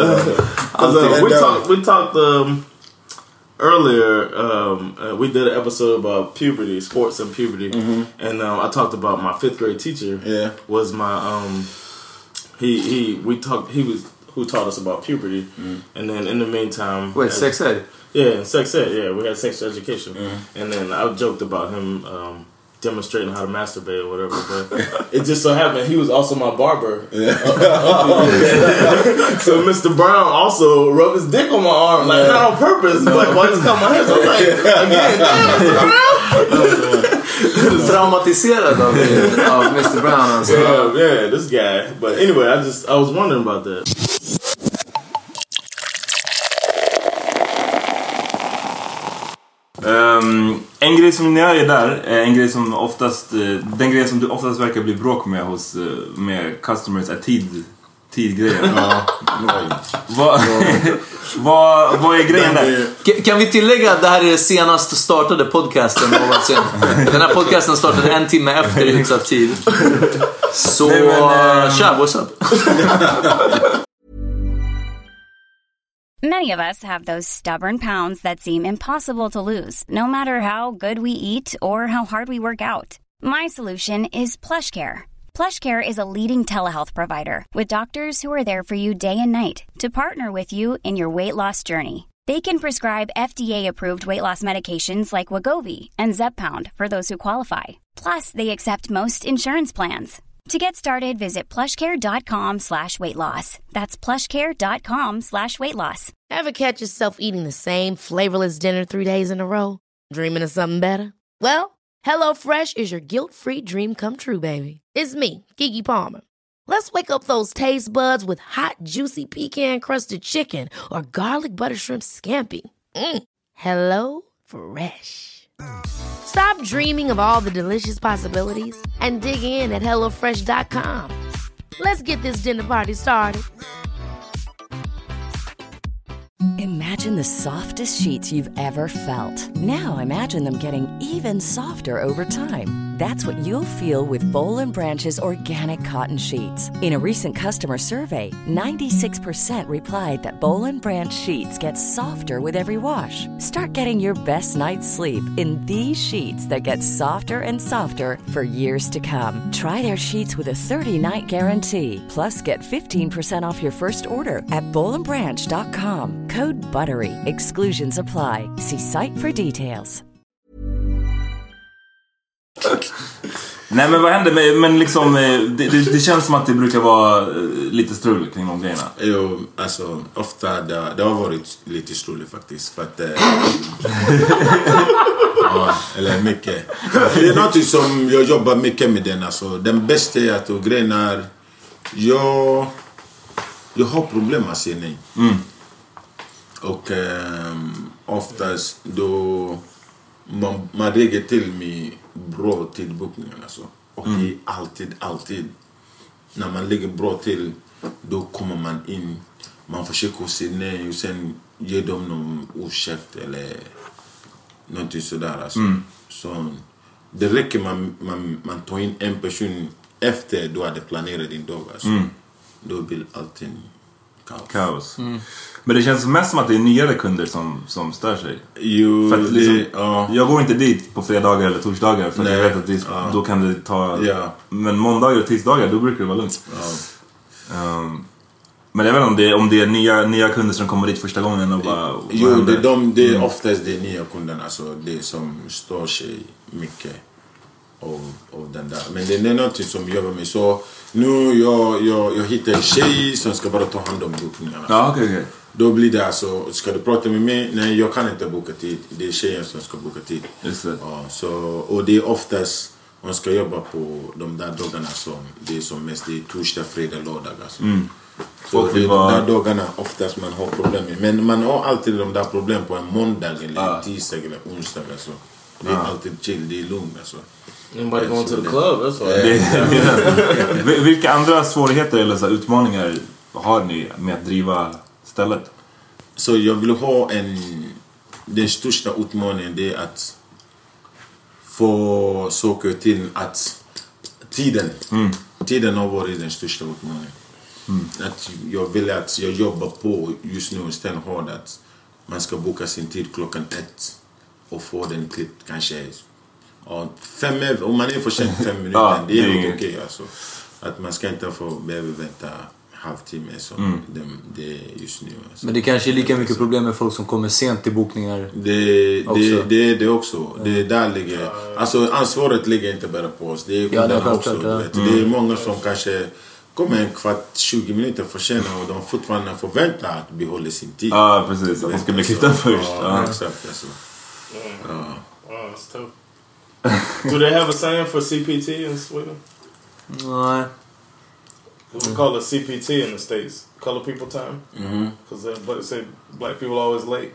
We talked earlier, we did an episode about puberty, sports and puberty. And I talked about my 5th grade teacher. Yeah. Was my, he was who taught us about puberty. And then in the meantime... Wait, sex ed? Yeah, sex ed, yeah. We had sex education. And then I joked about him demonstrating how to masturbate or whatever. But it just so happened he was also my barber. So Mr. Brown also rubbed his dick on my arm. Like, not on purpose, but while he's cutting my hair. So I was like, again, damn, Mr. Brown! Traumatiserad av Mr. Brown alltså. Yeah, this guy. But anyway, I was wondering about that. En grej som ni är där, en grej som oftast, den grej som du oftast verkar bli bråk med med customers är tidgrejen. Vad är grejen där? Kan vi tillägga att det här är det senaste startade podcasten någonsin? Den här podcasten startade 1 timme efter utsatt tid. Så kör, what's up? Many of us have those stubborn pounds that seem impossible to lose, no matter how good we eat or how hard we work out. My solution is PlushCare. PlushCare is a leading telehealth provider with doctors who are there for you day and night to partner with you in your weight loss journey. They can prescribe FDA-approved weight loss medications like Wegovy and Zepbound for those who qualify. Plus, they accept most insurance plans. To get started, visit plushcare.com/weightloss. That's plushcare.com/weightloss. Ever catch yourself eating the same flavorless dinner 3 days in a row? Dreaming of something better? Well, HelloFresh is your guilt-free dream come true, baby. It's me, Keke Palmer. Let's wake up those taste buds with hot, juicy pecan-crusted chicken or garlic butter shrimp scampi. Hello Fresh. Stop dreaming of all the delicious possibilities and dig in at HelloFresh.com. Let's get this dinner party started. Imagine the softest sheets you've ever felt. Now imagine them getting even softer over time. That's what you'll feel with Boll & Branch's organic cotton sheets. In a recent customer survey, 96% replied that Boll & Branch sheets get softer with every wash. Start getting your best night's sleep in these sheets that get softer and softer for years to come. Try their sheets with a 30-night guarantee. Plus, get 15% off your first order at bollandbranch.com. Code BUTTERY. Exclusions apply. See site for details. Nej, men vad händer men liksom det känns som att det brukar vara lite strul kring de grejerna. Jo, alltså ofta det har varit lite strul faktiskt för att ja, eller mycket. Det är något som jag jobbar mycket med den alltså. Den bästa är att grejen är jag har problem att säga nej. Och oftast då man lägger till mig bra tidbokningar alltså. Och det är alltid när man lägger bra till då kommer man in, man försöker se nej och sen ge dem någon ursäkt eller någonting sådär alltså. Så det räcker man tar in en person efter du hade planerat din dag alltså. Då blir allting kaos. Men det känns mest som att det är nyare kunder som stör sig. Jo, för att liksom, jag går inte dit på fredagar eller torsdagar för jag vet att då kan det ta men måndagar och tisdagar då brukar det vara lugnt. Men jag vet inte om det är nya kunder som kommer dit första gången och bara det är oftast det nya kunderna alltså det som stör sig mycket av den där. Men det är något som gör mig så nu jag hittar en tjej som ska bara ta hand om bokningarna. Ja, okej. Då blir det alltså, ska du prata med mig? Nej, jag kan inte boka tid. Det är tjejen som ska boka tid. Just det. Ja, så, och det är oftast man ska jobba på de där dagarna som det är som mest, det är torsdag, fredag, lördag alltså. Så det är de där dagarna oftast man har problem med. Men man har alltid de där problem på en måndag eller tisdag eller onsdag alltså. Det är alltid chill, det är lugnt alltså. Anybody going to the club, that's why. Vilka andra svårigheter eller så utmaningar har ni med att driva stället? Så jag vill ha den största utmaningen det är att få saker till att tiden har varit den största utmaningen. Att jag vill att jag jobbar på just nu istället hårt att man ska boka sin tid 1:00 och få den klippt kanske 5 om man är för sent 5 minuter, det är nog okej alltså. Att man ska inte få behöva vänta halvtimme som det är just nu alltså. Men det kanske är lika mycket problem med folk som kommer sent till bokningar. Det också. Det där ligger, alltså ansvaret ligger inte bara på oss, det är kunderna också. Det är många som kanske kommer en kvart, 20 minuter för sent och de fortfarande får vänta att behålla sin tid. Ja, precis. De ska bli klippta först. Ja, exakt alltså. That's tough. Do they have a sign for CPT in Sweden? Nej. We call it CPT in the States. Color people time. Because they say black people always late.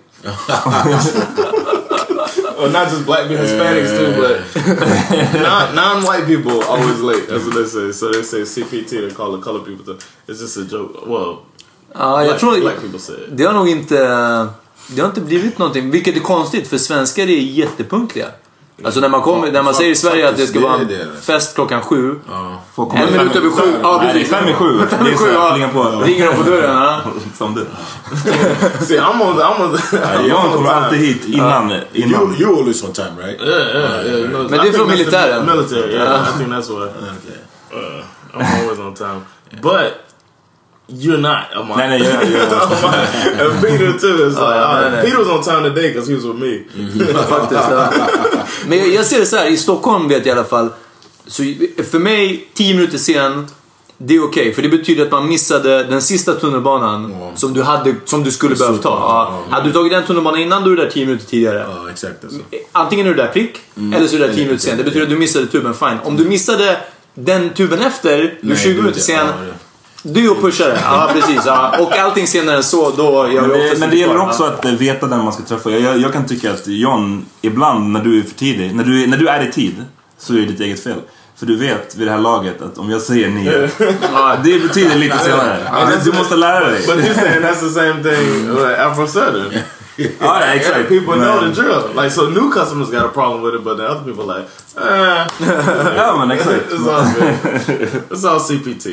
Well, not just black people, Hispanics too, but non-white people always late. That's what they say. So they say CPT, they call it color people time. It's just a joke. Well, jag tror black people say it. Det har nog inte blivit någonting, vilket är konstigt för svenskar är jättepunktliga. Alltså när man säger i Sverige att det ska vara fest 7:00. 1 minut över 7. Ja, precis. 5:07. Det är så här, plingar på. Ringer de på dörren, som du. See, Jag kommer alltid hit innan. You always on time, right? Yeah. No, men det är från militären. Military, yeah. I think that's why. I'm always on time. But you're not. Nej, and Peter too. It's like, Peter was on time today because he was with me. Faktiskt. Men jag ser det så här, i Stockholm vet jag i alla fall. Så för mig 10 minuter sen, det är okej, för det betyder att man missade den sista tunnelbanan som du skulle behöva ta. Hade du tagit den tunnelbanan innan, du är där 10 minuter tidigare. Ja, exakt alltså. Antingen är du där prick eller så är du där 10 minuter sen. Det betyder att du missade tuben, fine. Om du missade den tuben efter, du är 20 minuter sen. Du och pushare, ja precis. Ja. Och allting senare än så, då gör vi oftast. Men det gäller också att veta den man ska träffa. Jag kan tycka att John, ibland när du är för tidig, när du är i tid, så är det ditt eget fel. För du vet vid det här laget att om jag säger 9, det betyder lite senare. Du måste lära dig. But you're saying that's the same thing like Afro Southern. Yeah, exactly. People know the drill. Like, so new customers got a problem with it, but the other people like, yeah, man, exactly. It's all good. It's all CPT.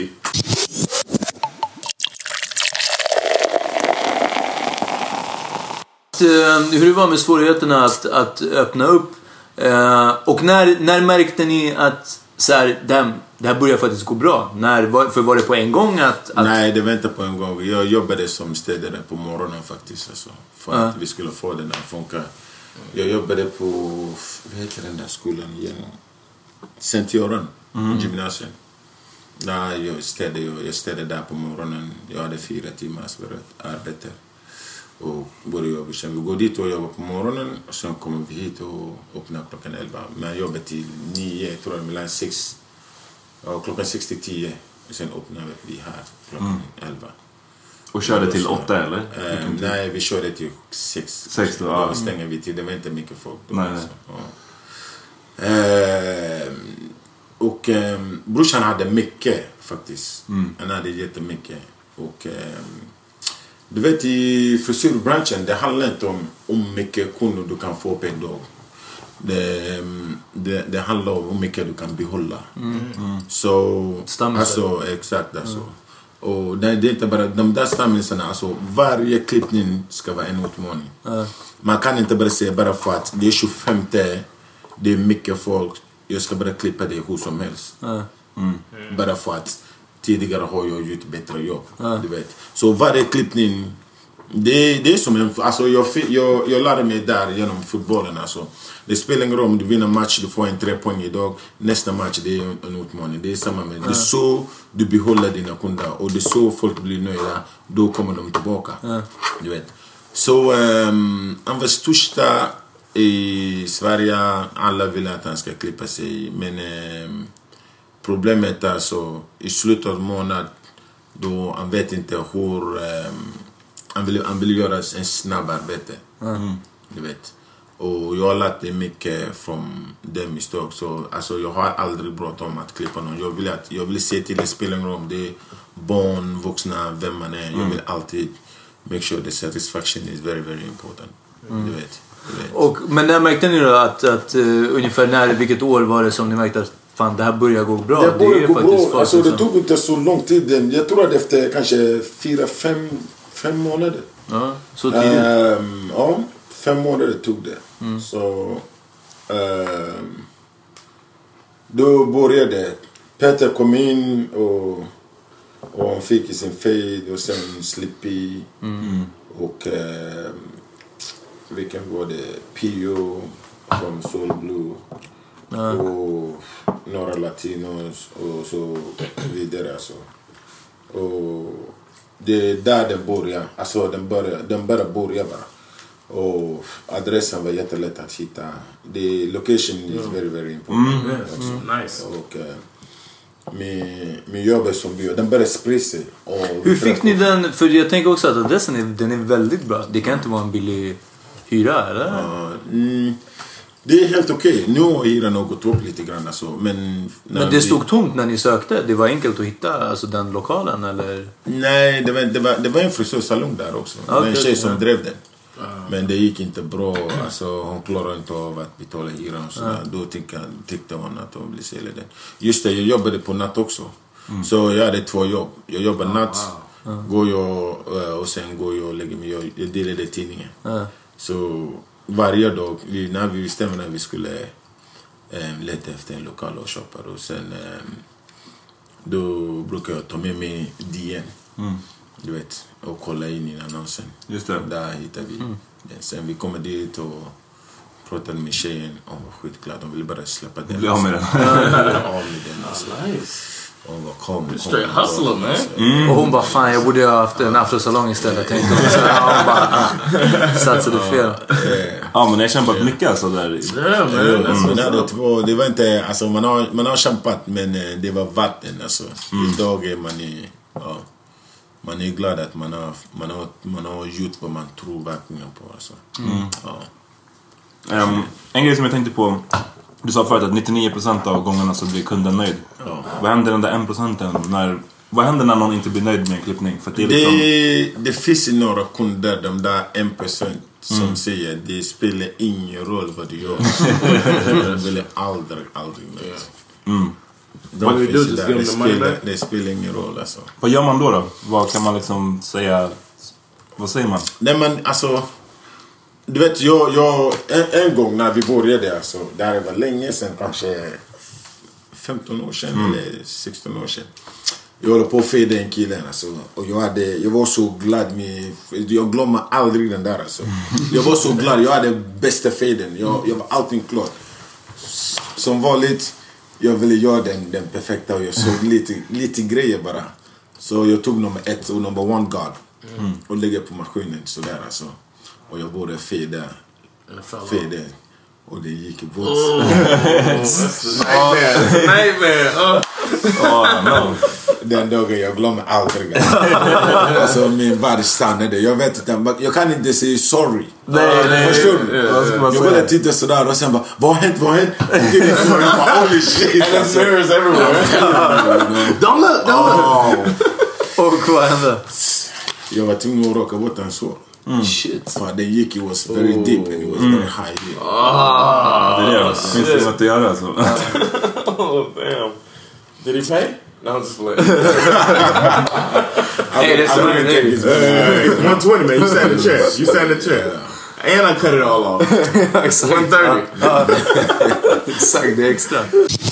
Hur det var med svårigheterna att öppna upp, och när märkte ni att så här, det här börjar faktiskt gå bra? Var det på en gång att... Nej, det var inte på en gång. Jag jobbade som städare på morgonen faktiskt alltså, för att vi skulle få den att funka. Jag jobbade på, vad heter den där skolan igen? Sankt Göran, gymnasiet. Jag städade där på morgonen. Jag hade 4 timmars arbete och började jobba. Sen vi går dit och jobbar på morgonen och sen kommer vi hit och öppnar 11. Men jag jobbar till 9, tror jag, mellan 6 och 6 till 10. Och sen öppnar vi här 11. Och körde till 8 eller? Nej, vi körde till 6. 6 då? Då stänger vi till, det var inte mycket folk då. Nej. Och brorsan hade mycket faktiskt. Han hade jättemycket. Och du vet, i frisyrbranschen, det handlar inte om mycket kunder du kan få på en dag. Det handlar om hur mycket du kan behålla. Så alltså, exakt alltså. Och det är inte bara de där stammisarna, alltså varje klippning ska vara en utmaning. Man kan inte bara säga bara för att det är 25, det är mycket folk, jag ska bara klippa det hur som helst. Bara för att tidigare har jag gjort bättre jobb, du vet. Så varje klippning, det är som en, alltså jag lärde mig där genom fotbollen alltså. Det spelar ingen roll om du vinner match, du får en 3 poäng idag. Nästa match, det är en utmaning. Det är samma med. Det är så du behåller dina kunder och det är så folk blir nöjda. Då kommer de tillbaka. Du vet. Så han var största i Sverige. Alla vill att han ska klippa sig. Men problemet är så i slutet av månad då han vet inte hur han vill göra en snabb arbete. Du vet. Och jag har lärt mig mycket från den misstag. Så alltså, jag har aldrig bråttom att klippa någon. Jag vill se till det spelar om det är barn, vuxna, vem man är. Jag vill alltid make sure the satisfaction is very, very important. Du vet. Men när märkte ni då att ungefär vilket år var det som ni märkte att fan, det här börjar gå bra? Det börjar gå bra. Alltså, det tog inte så lång tid. Jag tror att efter kanske 4-5 månader. Ja, så tidigt? 5 månader tog det. Så då började Peter kom in och han fick sin fade och sen Slippy och vilken var det? Pio från Soul Blue och några latinos och så vidare alltså. Och det är där den börjar. Alltså den bara börjar bara. Och adressen var jättelätt att hitta. The location is very, very important. Nice. Och min jobb är som bio. Den börjar sprida sig. Hur fick ni den? För jag tänker också att adressen den är väldigt bra. Det kan inte vara en billig hyra, eller? Det är helt okej. Nu har hyran gått upp lite grann alltså. Men det stod tomt när ni sökte? Det var enkelt att hitta alltså, den lokalen, eller? Nej, det var en frisörsalong där också. Det var en tjej som drev den. Men det gick inte bra. Alltså, hon klarade inte av att betala hyran. Då tyckte hon att hon ville sälja den. Just det, jag jobbade på natt också. Så jag hade 2 jobb. Jag jobbar natt. Går jag, och sen går jag och lägger mig. Jag delade tidningen. Så varje dag, när vi bestämde när vi skulle leta efter en lokal och shoppa. Och sen då brukar jag ta med mig DN. Du vet, och kolla in i annonsen. Just det. Där hittar vi den. Sen vi kommer dit och pratade med tjejen. Hon var skitglad. De ville bara släppa den. Bli av med den. Alltså. Nice. Hon var kom. Straight hustler, man. Och hon bara, fan jag borde ha haft en afrosalong istället. Tänkte hon. Så hon bara, satsade fel. Ja, men jag har kämpat mycket alltså där. Det var inte, alltså man har kämpat, men det var vatten alltså. Idag är man är glad att man har gjort vad man tror verkligen på alltså. En grej som jag tänkte på, du sa förut att 99% av gångerna så blir kunden nöjd. Vad händer den där 1%? Vad händer när någon inte blir nöjd med en klippning? För det, är liksom... det finns några kunder, de där 1% som säger det spelar ingen roll vad du gör. De vill aldrig nöjd. Det spelar ingen roll alltså. Vad gör man då? Vad kan man liksom säga? Vad säger man? Nej, men alltså, du vet, jag en gång när vi började alltså, det var länge sedan, kanske 15 år sedan eller 16 år sedan. Jag håller på att feda en kille alltså, och jag var så glad med, jag glömmer aldrig den där alltså. Jag var så glad, jag hade bästa faden. Jag var allting klart. Som vanligt, jag ville göra den perfekta och jag såg lite grejer bara. Så jag tog nummer 1 och number 1 guard och lägger på maskinen sådär alltså. Och jag borde feda och det gick bort. Nightmare. No. Den dagen jag glömmer aldrig. Alltså min värld stannade. Jag vet inte, jag kan inte säga sorry. Nej. Förstår du? Jag bara tittar sådär och sen bara, vad har hänt? Holy shit. And there's mirrors everywhere. Don't look. Och vad hände? Jag var tvungen att råka bort en sår. Shit. Fan, den gick, it was very deep and it was very high. Det är det. Finns det något att göra alltså? Oh damn. Did he pay? No, I'm just playing. Hey, that's I wouldn't take his 120, man. You sat in the chair. And I cut it all off. 130. Exakt, det är extra.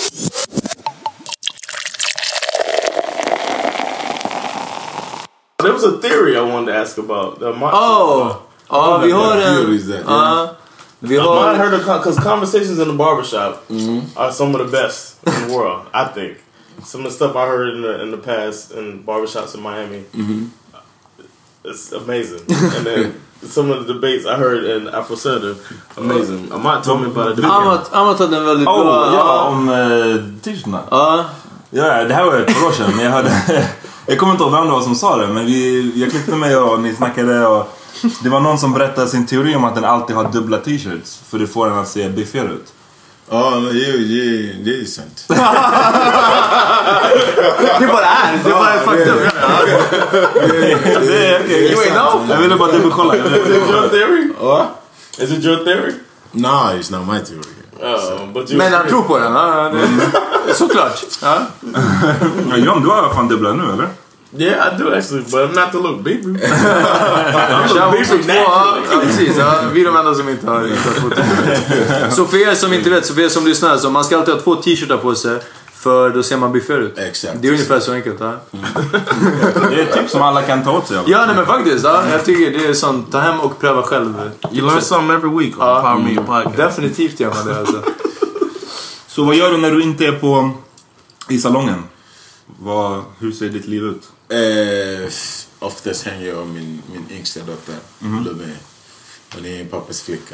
There was a theory I wanted to ask about. Vi har en... I heard of, because conversations in the barbershop are some of the best in the world, I think. Some of the stuff I heard in the past in barbershops in Miami, it's amazing. And then some of the debates I heard in Afro Center, amazing. Amat told me about it. Amat hade en väldigt bra... Ja, om t-shirtarna. Ja, det här var ett par år sedan, men jag kommer inte ihåg vem det var som sa det, men jag klippte mig och ni snackade och det var någon som berättade sin teori om att den alltid har dubbla t-shirts för det får den att se biffigare ut. Ja, men det är sant. Det bara är. Det bara är faktum. Jag ville bara dubbelkolla. Is that your theory? Is it your theory? No, it's not my theory. Men han tror på den, såklart. John, du har fan dubbla nu, eller? Yeah, I do actually, but I'm not the look beefy. Precis, vi är de enda som inte har så för er som inte vet, så för er som lyssnar, så man ska alltid ha 2 t-shirtar på sig, för då ser man biffigare ut. Exakt. Det är ungefär så enkelt. Det är ett tips som alla kan ta åt sig. Ja, nej, men faktiskt, jag tycker det är sånt, ta hem och pröva själv. You learn something every week on Power Media Podcast. Definitivt gör man det alltså. Så vad gör du när du inte är i salongen? Hur ser ditt liv ut? Oftast hänger jag min yngsta dotter. Hon är pappas flicka.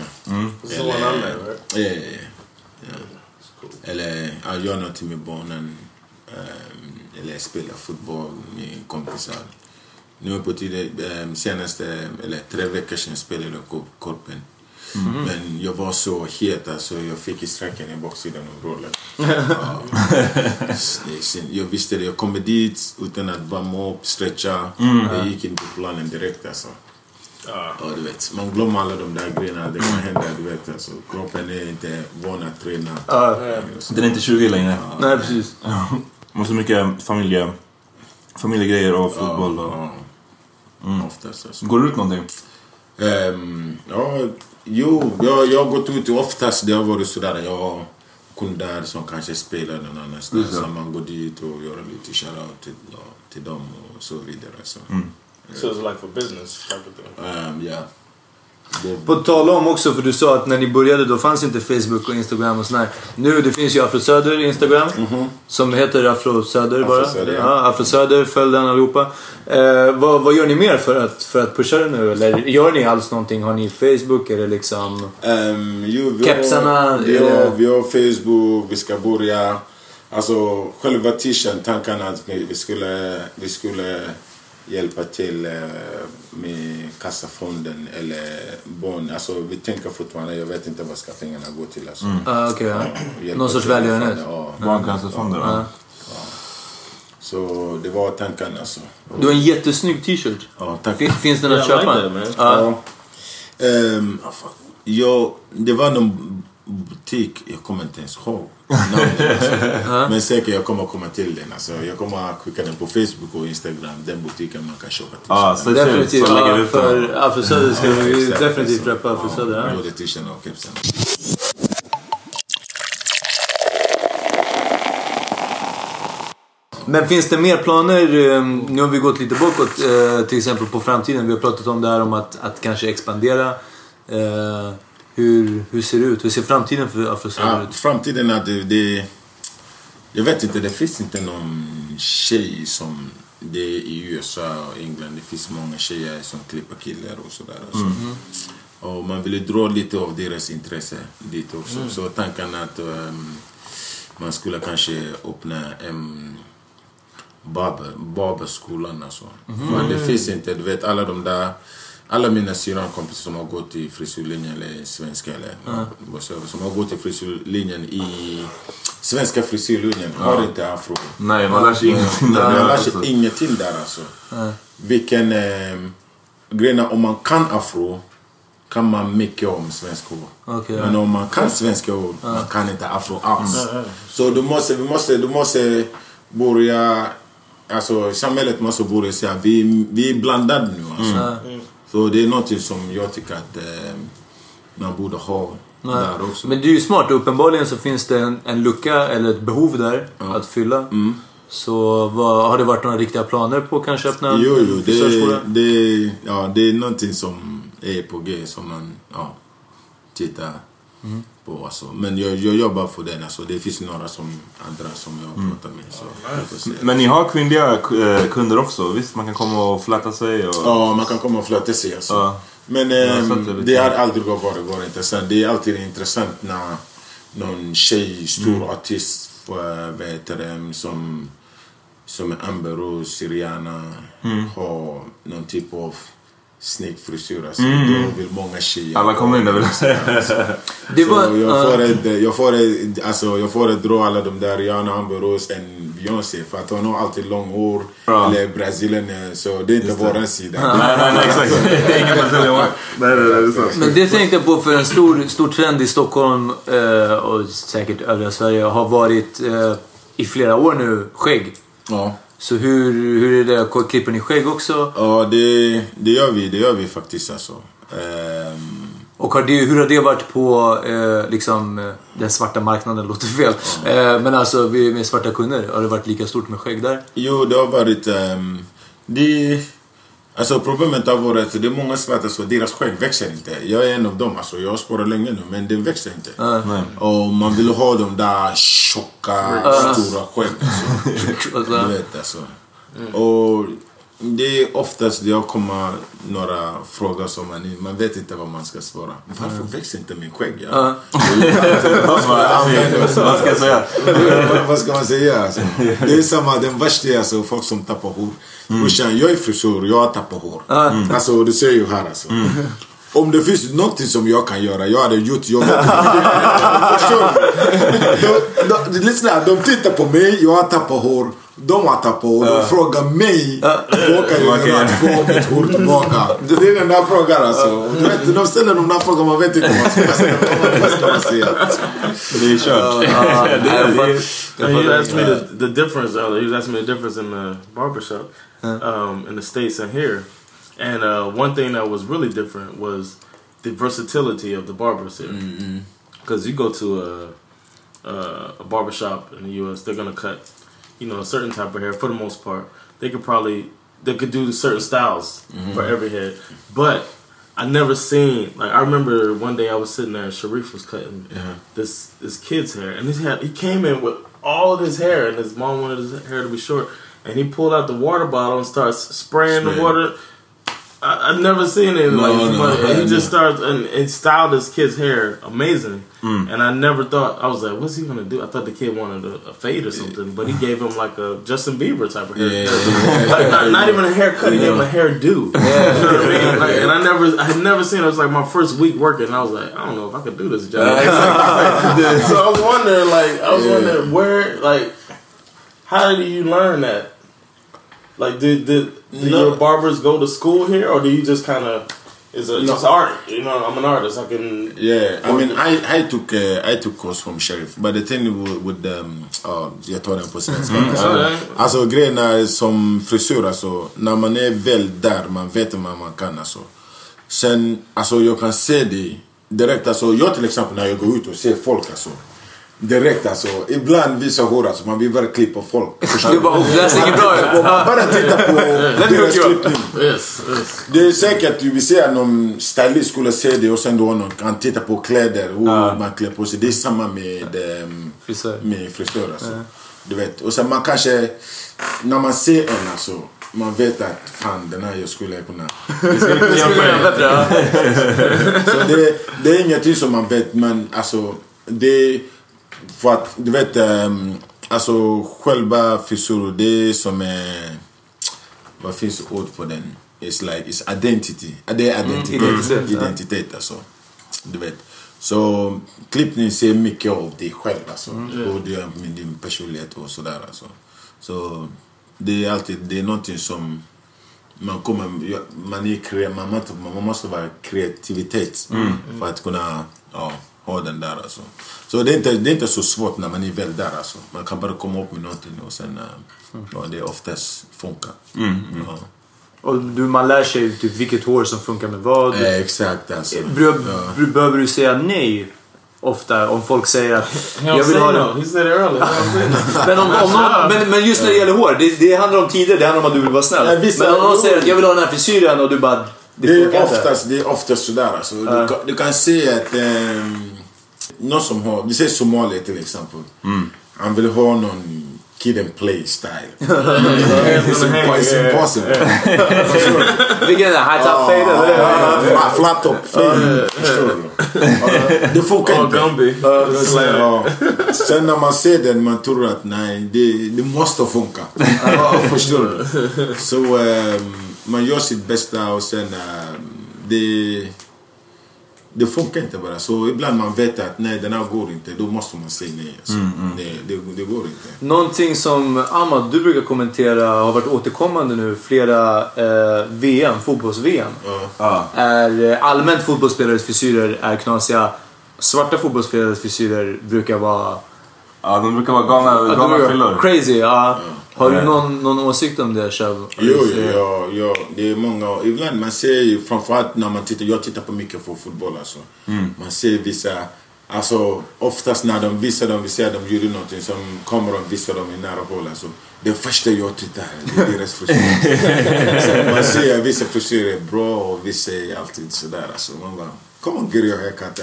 Eller jag gör någonting med barnen. Eller spelar fotboll med kompisar. Nu på tiden, senaste 3 veckor sedan spelade jag korpen. Men jag var så het, alltså jag fick i sträcken i baksidan av rollen. Jag visste det, jag kommer dit utan att värma upp, stretcha. Jag gick in på planen direkt alltså. Du vet, man glömmer alla de där grejerna, det kan hända, du vet alltså. Kroppen är inte van att träna. Den är inte 20 längre. Nej, precis. Man så mycket familjegrejer och fotboll och... Oftast alltså. Går du ut någonting? Jag har gått ut oftast. Det har varit sådär. Jag kunder som kanske spelar någon annanstans. Så man går dit och gör lite shoutout till dem och så vidare. Så it's like for business type of thing. Yeah. På tal om också, för du sa att när ni började då fanns inte Facebook och Instagram och sådär. Nu det finns ju Afro Söder Instagram som heter Afro Söder bara. Afro Söder, följ den allihopa. Vad gör ni mer för att pusha det nu? Eller gör ni alls någonting? Har ni Facebook eller liksom kepsarna? Vi har Facebook, vi ska börja. Alltså själva t-shirten, tankarna att vi skulle hjälpa till med kassafonden eller barn. Alltså vi tänker fortfarande, jag vet inte vad ska pengarna gå till alltså. Någon sorts välgörenhet. Barnkassafonder. Så det var tanken alltså. Du har en jättesnygg t-shirt. Finns den att köpa? Det var någon butik, jag kommer inte ens ihåg. Men säkert jag kommer komma till den alltså. Jag kommer skicka den på Facebook och Instagram, den butiken man kan köpa så definitivt så lägger vi för Afro Söder ska vi definitivt köpa Afro Söder. Både t-shirten och kepsen. Men finns det mer planer? Nu har vi gått lite bakåt till exempel på framtiden. Vi har pratat om det här om att kanske expandera. Hur ser det ut? Hur ser framtiden för Afro Söder ut? Framtiden är det jag vet inte, det finns inte någon tjej som det är i USA och England. Det finns många tjejer som klipper killar och sådär. Och man vill dra lite av deras intresse dit också. Så tanken att man skulle kanske öppna en barberskolan alltså. För det finns inte, du vet alla mina syrankompisar som har gått i frisyrlinjen eller svenska eller som har gått i frisyrlinjen i svenska frisyrlinjen har inte afro. Nej, man lär sig ingenting där. Man lär sig ingenting där alltså. Vilken grejerna, om man kan afro kan man mycket om svenska ord. Men om man kan svenska ord man kan inte afro alls. Så du måste börja, alltså samhället måste börja säga vi är blandade nu alltså. Så det är något som jag tycker att man borde ha där också. Men det är ju smart, uppenbarligen så finns det en lucka eller ett behov där att fylla. Så har det varit några riktiga planer på kanske öppna? Jo, det är någonting som är på G som man tittar på alltså. Men jag jobbar för den alltså. Det finns några andra som jag pratar med så. Men ni har kvinnliga kunder också, visst? Man kan komma och flätta sig och... Ja, man kan komma och flätta sig alltså. Men det har aldrig varit intressant. Det är alltid intressant när någon tjej, stor artist som Amber Rose, Syriana har någon typ av snygg frisyr alltså. Då vill många tjejer. Alla kommer in där vill säga. Jag får dra alla de där Rihanna, Amber Rose, and Beyoncé för att hon har alltid lång hår. Eller Brasilien, så det är inte våran sida. Nej, exakt. Det är ingen Brasilien. Men det tänkte jag på, för en stor trend i Stockholm och säkert övriga Sverige har varit i flera år nu skägg. Ja. Så hur är det? Klipper ni skägg också? Ja, det gör vi faktiskt alltså. Och hur har det varit på liksom den svarta marknaden, låter fel. Men alltså med svarta kunder, har det varit lika stort med skägg där? Jo, det har varit alltså problemet har varit att det är många svarta så deras skägg växer inte. Jag är en av dem, alltså jag har sparat länge nu, men det växer inte. Och man vill ha de där tjocka, stora skägg alltså. Du vet alltså. Och det är oftast jag kommer några frågor som man vet inte vad man ska svara. Varför växer inte min skägg? Vad ska man säga? Alltså? Det är samma, den värsta alltså, folk som tappar hår. Jag är frisör, jag tappar hår. Alltså du ser ju här alltså. Om det finns något som jag kan göra, jag hade gjort jobbet. Lyssna, de tittar på mig, jag har tappat hår. De har tappat hår, de frågar mig vad kan jag göra att få mitt hår tillbaka. Det är den där frågan alltså. Du vet, de ställer de där frågan, man vet inte vad man ska säga. Det är kört. You asked me the difference. You was asking me the difference in the barbershop in the States and here. And one thing that was really different was the versatility of the barbers here. Because you go to a barbershop in the US, they're going to cut, you know, a certain type of hair for the most part. They could do certain styles for every head. But I never seen, like, I remember one day I was sitting there and Sharif was cutting this kid's hair. And he came in with all of his hair, and his mom wanted his hair to be short. And he pulled out the water bottle and started spraying the water. I've never seen it he just started and styled his kid's hair amazing. And I never thought, I was like, what's he gonna do? I thought the kid wanted a fade or something, but he gave him like a Justin Bieber type of hair. Like not even a haircut, he gave him a hairdo. You know what I mean? Like, and I had never seen it. It was like my first week working, and I was like, I don't know if I could do this job. So I was wondering, where, like, how did you learn that? Like, did your barbers go to school here, or do you just kind of just art? You know, I'm an artist. I can. Yeah, I mean, I took course from Sheriff, but the thing with jag tar den på svenska. Alltså grejen är som frisör, alltså när man är väl där, man vet vad man kan alltså. Sen, alltså jag kan se det direkt, alltså jag till exempel när jag går ut och ser folk alltså. Direkt alltså, ibland visar hår alltså, man vill bara klippa folk. Du bara, det ser inget bra ut. Bara titta på deras klippning. Det är säkert, vi ser någon stylist skulle se det och sen då någon kan titta på kläder, hur man klär på sig. Det är samma med frisör alltså. Du vet, och sen man kanske, när man ser en alltså, man vet att fan, den här jag skulle kunna. Så det är ingenting som man vet, men alltså det, för att du vet, alltså själva frisur, det är som vad finns ord på den? It's identity. Det är identitet alltså. Du vet. Så klippning ser mycket av dig själv alltså. Och det är med din personlighet och sådär alltså. Så det är alltid, det är någonting som man måste vara kreativitet för att kunna ha den där alltså. Så det är inte så svårt när man är väl där alltså. Man kan bara komma upp med någonting och sen det oftast funkar. Och man lär sig typ vilket hår som funkar med vad. Exakt alltså. Behöver du säga nej ofta om folk säger att jag vill ha det. Men just när det gäller hår, det handlar om tider, det handlar om att du vill vara snäll. Men om någon säger att jag vill ha den här frisyren och du bara det är oftast sådär alltså. Du kan se att någon som har, vi säger Somalia till exempel. Han vill ha någon kid and play style. It's impossible. Vilken är high top fade? Flat top fade. Det funkar inte. Sen när man ser den, man tror att nej, det måste funka. Förstår du? Så man gör sitt bästa och sen det funkar inte bara. Så ibland man vet att nej, den här går inte. Då måste man säga nej. Alltså. Nej, det går inte. Någonting som Ahmad, du brukar kommentera har varit återkommande nu. Flera VM, fotbolls-VM. Är allmänt fotbollsspelares frisyrer är knasiga. Svarta fotbollsspelares frisyrer brukar vara... Ja, de brukar vara galna fyllor. Crazy, ja. Har du någon åsikt om det själv? Jo, det är många. Ibland man ser, framförallt när man tittar, jag tittar på mycket på fotboll alltså. Man ser vissa, alltså oftast när de visar dem, vi ser att de gjorde någonting som kommer och visar dem i nära håll alltså. Det första jag tittar, det är deras frisyrer. Man ser att vissa frisyrer är bra och vissa är alltid sådär alltså. Man bara, come on, get your haircut.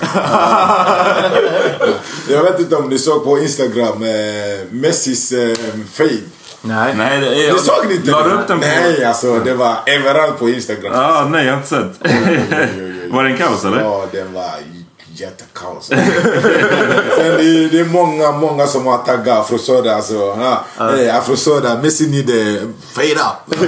Jag vet inte om ni såg på Instagram Messis fade. Nej, du såg det inte? Upp den på... Nej, alltså det var överallt på Instagram. Nej, jag har inte sett. Var det en kaos eller? Ja, den var jättekaos. Sen det är många som har taggat Afrosoda alltså. Afrosoda, Messi need fade up.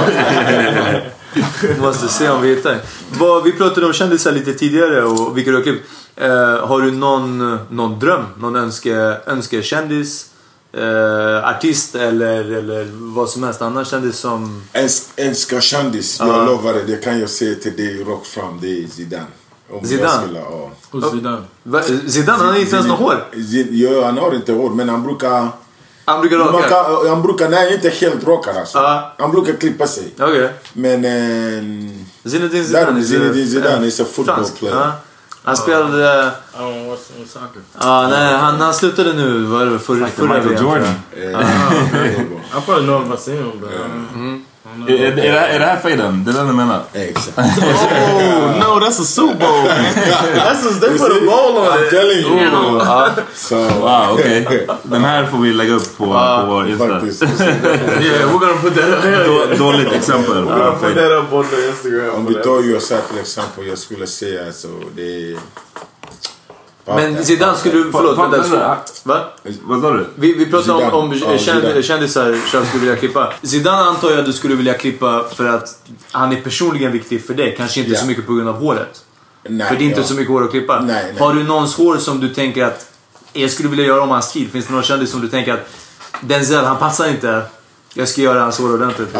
Måste se om vi hittar. Vi pratade om kändisar lite tidigare och vilka du har klippt. Har du någon dröm? Någon önskekändis? Artist eller vad som helst annan kändis som... Önskar kändis, jag lovar det kan jag säga till dig rakt fram, det är Zidane. Zidane? Zidane, han har inte ens något hår. Ja, han har inte hår, men han brukar raka? Han brukar, nej, inte helt raka alltså. Han brukar klippa sig. Okay. Men Zinedine Zidane is a football player. Han spelade... soccer. Han slutade nu. Var det förra Michael Jordan. I probably know if I see him, but... Är det här faden? Det är den du menar? Exakt. Oh, no, that's a Super Bowl. They put a bowl on it. I'm telling you. So, wow, okay. Den här får vi lägga upp på vår Insta. Yeah, we're gonna put that up. Dåligt exempel. We're gonna put that up on the Instagram. Om vi tar ju så till exempel, jag skulle säga så det... Men Zidane skulle du... Förlåt, vad sa du? Vi pratade om kändisar som skulle vilja klippa. Zidane antar jag att du skulle vilja klippa för att han är personligen viktig för dig. Kanske inte så mycket på grund av håret. Nej, för det är inte så mycket hår att klippa. Nej. Har du någons hår som du tänker att jag skulle vilja göra om hans stil? Finns det någon kändis som du tänker att Denzel, han passar inte, jag ska göra hans hår ordentligt?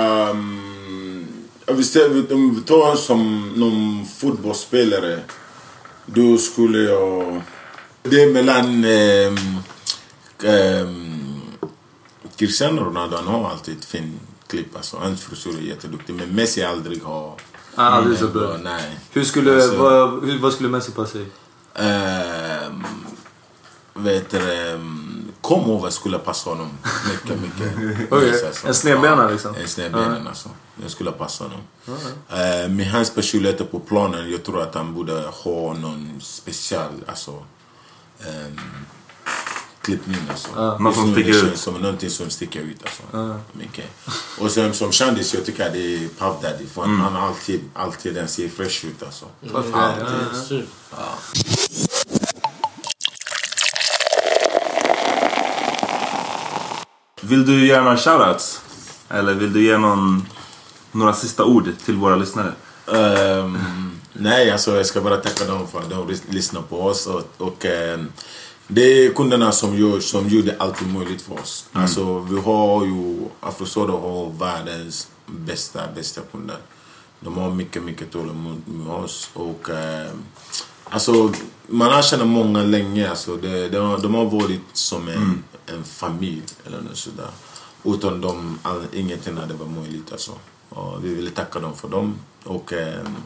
Om vi tar som någon fotbollsspelare, då skulle jag... Det är mellan Cristiano Ronaldo, han har alltid ett fin klipp alltså. Hans frisyr är jätteduktig, men Messi aldrig har... aldrig så bra. Nej. Hur skulle, vad skulle Messi passa i? Kom över skulle passa honom mycket. Okay. En snedbena liksom. En snedbena alltså. Den skulle passa honom. Med hans personlighet på planen, jag tror att han borde ha någon speciell alltså klippning alltså. Något som sticker ut. Som någonting som sticker ut alltså. Mycket. Och sen som kändis, jag tycker att det är Puff Daddy, för han har alltid den ser fresh ut alltså. Alltid. Vill du göra några shoutouts? Eller vill du ge några sista ord till våra lyssnare? Nej, alltså jag ska bara tacka dem för att de lyssnar på oss. Och det är kunderna som gör det alltid möjligt för oss. Alltså vi har ju, Afrosoda har världens bästa kunder. De har mycket tålamod med oss. Och alltså man har känt många länge. Alltså, de har varit som en familj eller något sådär. Utan ingenting hade varit möjligt alltså. Och vi vill tacka dem för dem. Och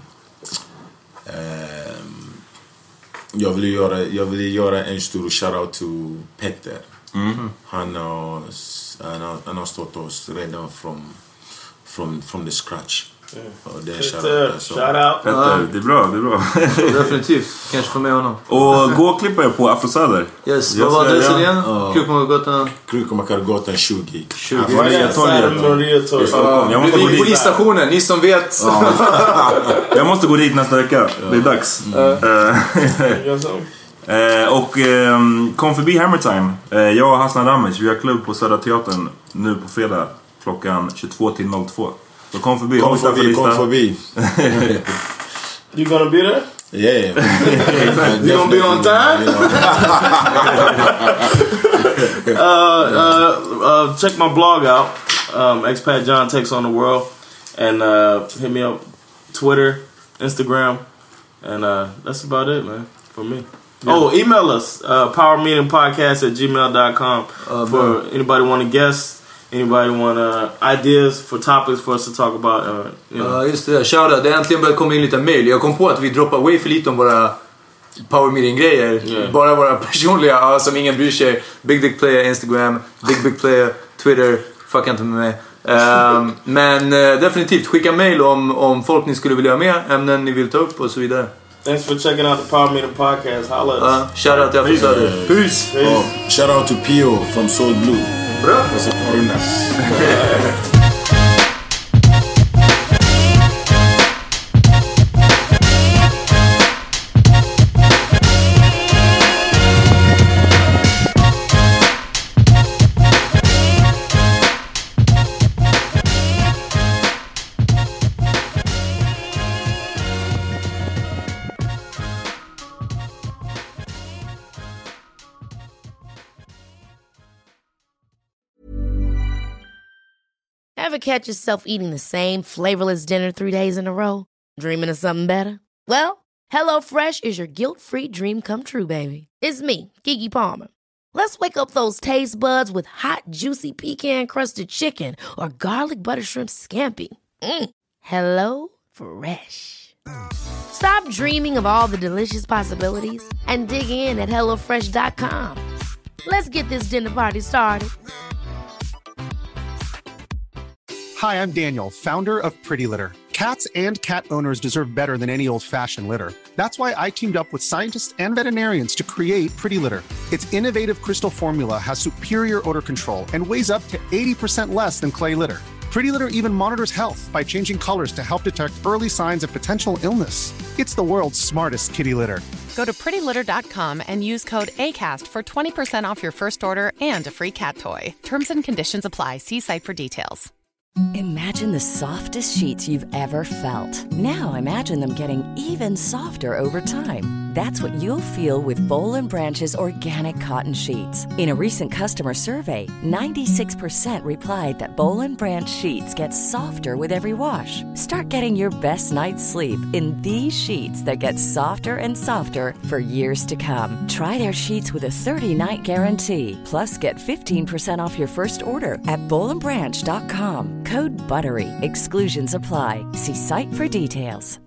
jag vill göra en stor shoutout till Petter. Han har stått oss redan from the scratch. Det är shout-out. Petter, det är bra. Definitivt, kanske få med honom. Och gå och klippa er på Afrosoda. Yes, vad var det igen? Krukmakargatan 20. Polisstationen, ni som vet. Jag måste gå dit nästa vecka. Det är dags. Och kom förbi Hammer Time. Jag och Hassan Ramic, vi har klubb på Södra Teatern nu på fredag klockan 22-02. Så kom förbi. Kom förbi. You gonna be there? Yeah. You gonna be on time? Check my blog out. Expat John Takes on the World. And hit me up Twitter, Instagram. And that's about it, man, for me. Yeah. Oh, email us, powermeetingpodcast@gmail.com for anybody want to guest, anybody want ideas for topics for us to talk about. Just det, shoutout. Det äntligen börjat komma in lite mail. Jag kom på att vi droppar way för lite om våra Power Meeting-grejer. Yeah. Bara våra personliga, som ingen bryr sig. Big Dick Player, Instagram, Big Player, Twitter. Fuck inte med mig. Men definitivt, skicka mail om folk ni skulle vilja ha med, ämnen ni vill ta upp och så vidare. Thanks for checking out the Power Meeting Podcast. Holla at us. Shout out till Söder. Peace. Shout out to Pio from Soul Blue. Bra. Ever catch yourself eating the same flavorless dinner 3 days in a row? Dreaming of something better? Well, HelloFresh is your guilt-free dream come true, baby. It's me, Keke Palmer. Let's wake up those taste buds with hot, juicy pecan-crusted chicken or garlic butter shrimp scampi. Hello Fresh. Stop dreaming of all the delicious possibilities and dig in at HelloFresh.com. Let's get this dinner party started. Hi, I'm Daniel, founder of Pretty Litter. Cats and cat owners deserve better than any old-fashioned litter. That's why I teamed up with scientists and veterinarians to create Pretty Litter. Its innovative crystal formula has superior odor control and weighs up to 80% less than clay litter. Pretty Litter even monitors health by changing colors to help detect early signs of potential illness. It's the world's smartest kitty litter. Go to prettylitter.com and use code ACAST for 20% off your first order and a free cat toy. Terms and conditions apply. See site for details. Imagine the softest sheets you've ever felt. Now imagine them getting even softer over time. That's what you'll feel with Boll & Branch's organic cotton sheets. In a recent customer survey, 96% replied that Boll & Branch sheets get softer with every wash. Start getting your best night's sleep in these sheets that get softer and softer for years to come. Try their sheets with a 30-night guarantee. Plus, get 15% off your first order at bollandbranch.com. Code BUTTERY. Exclusions apply. See site for details.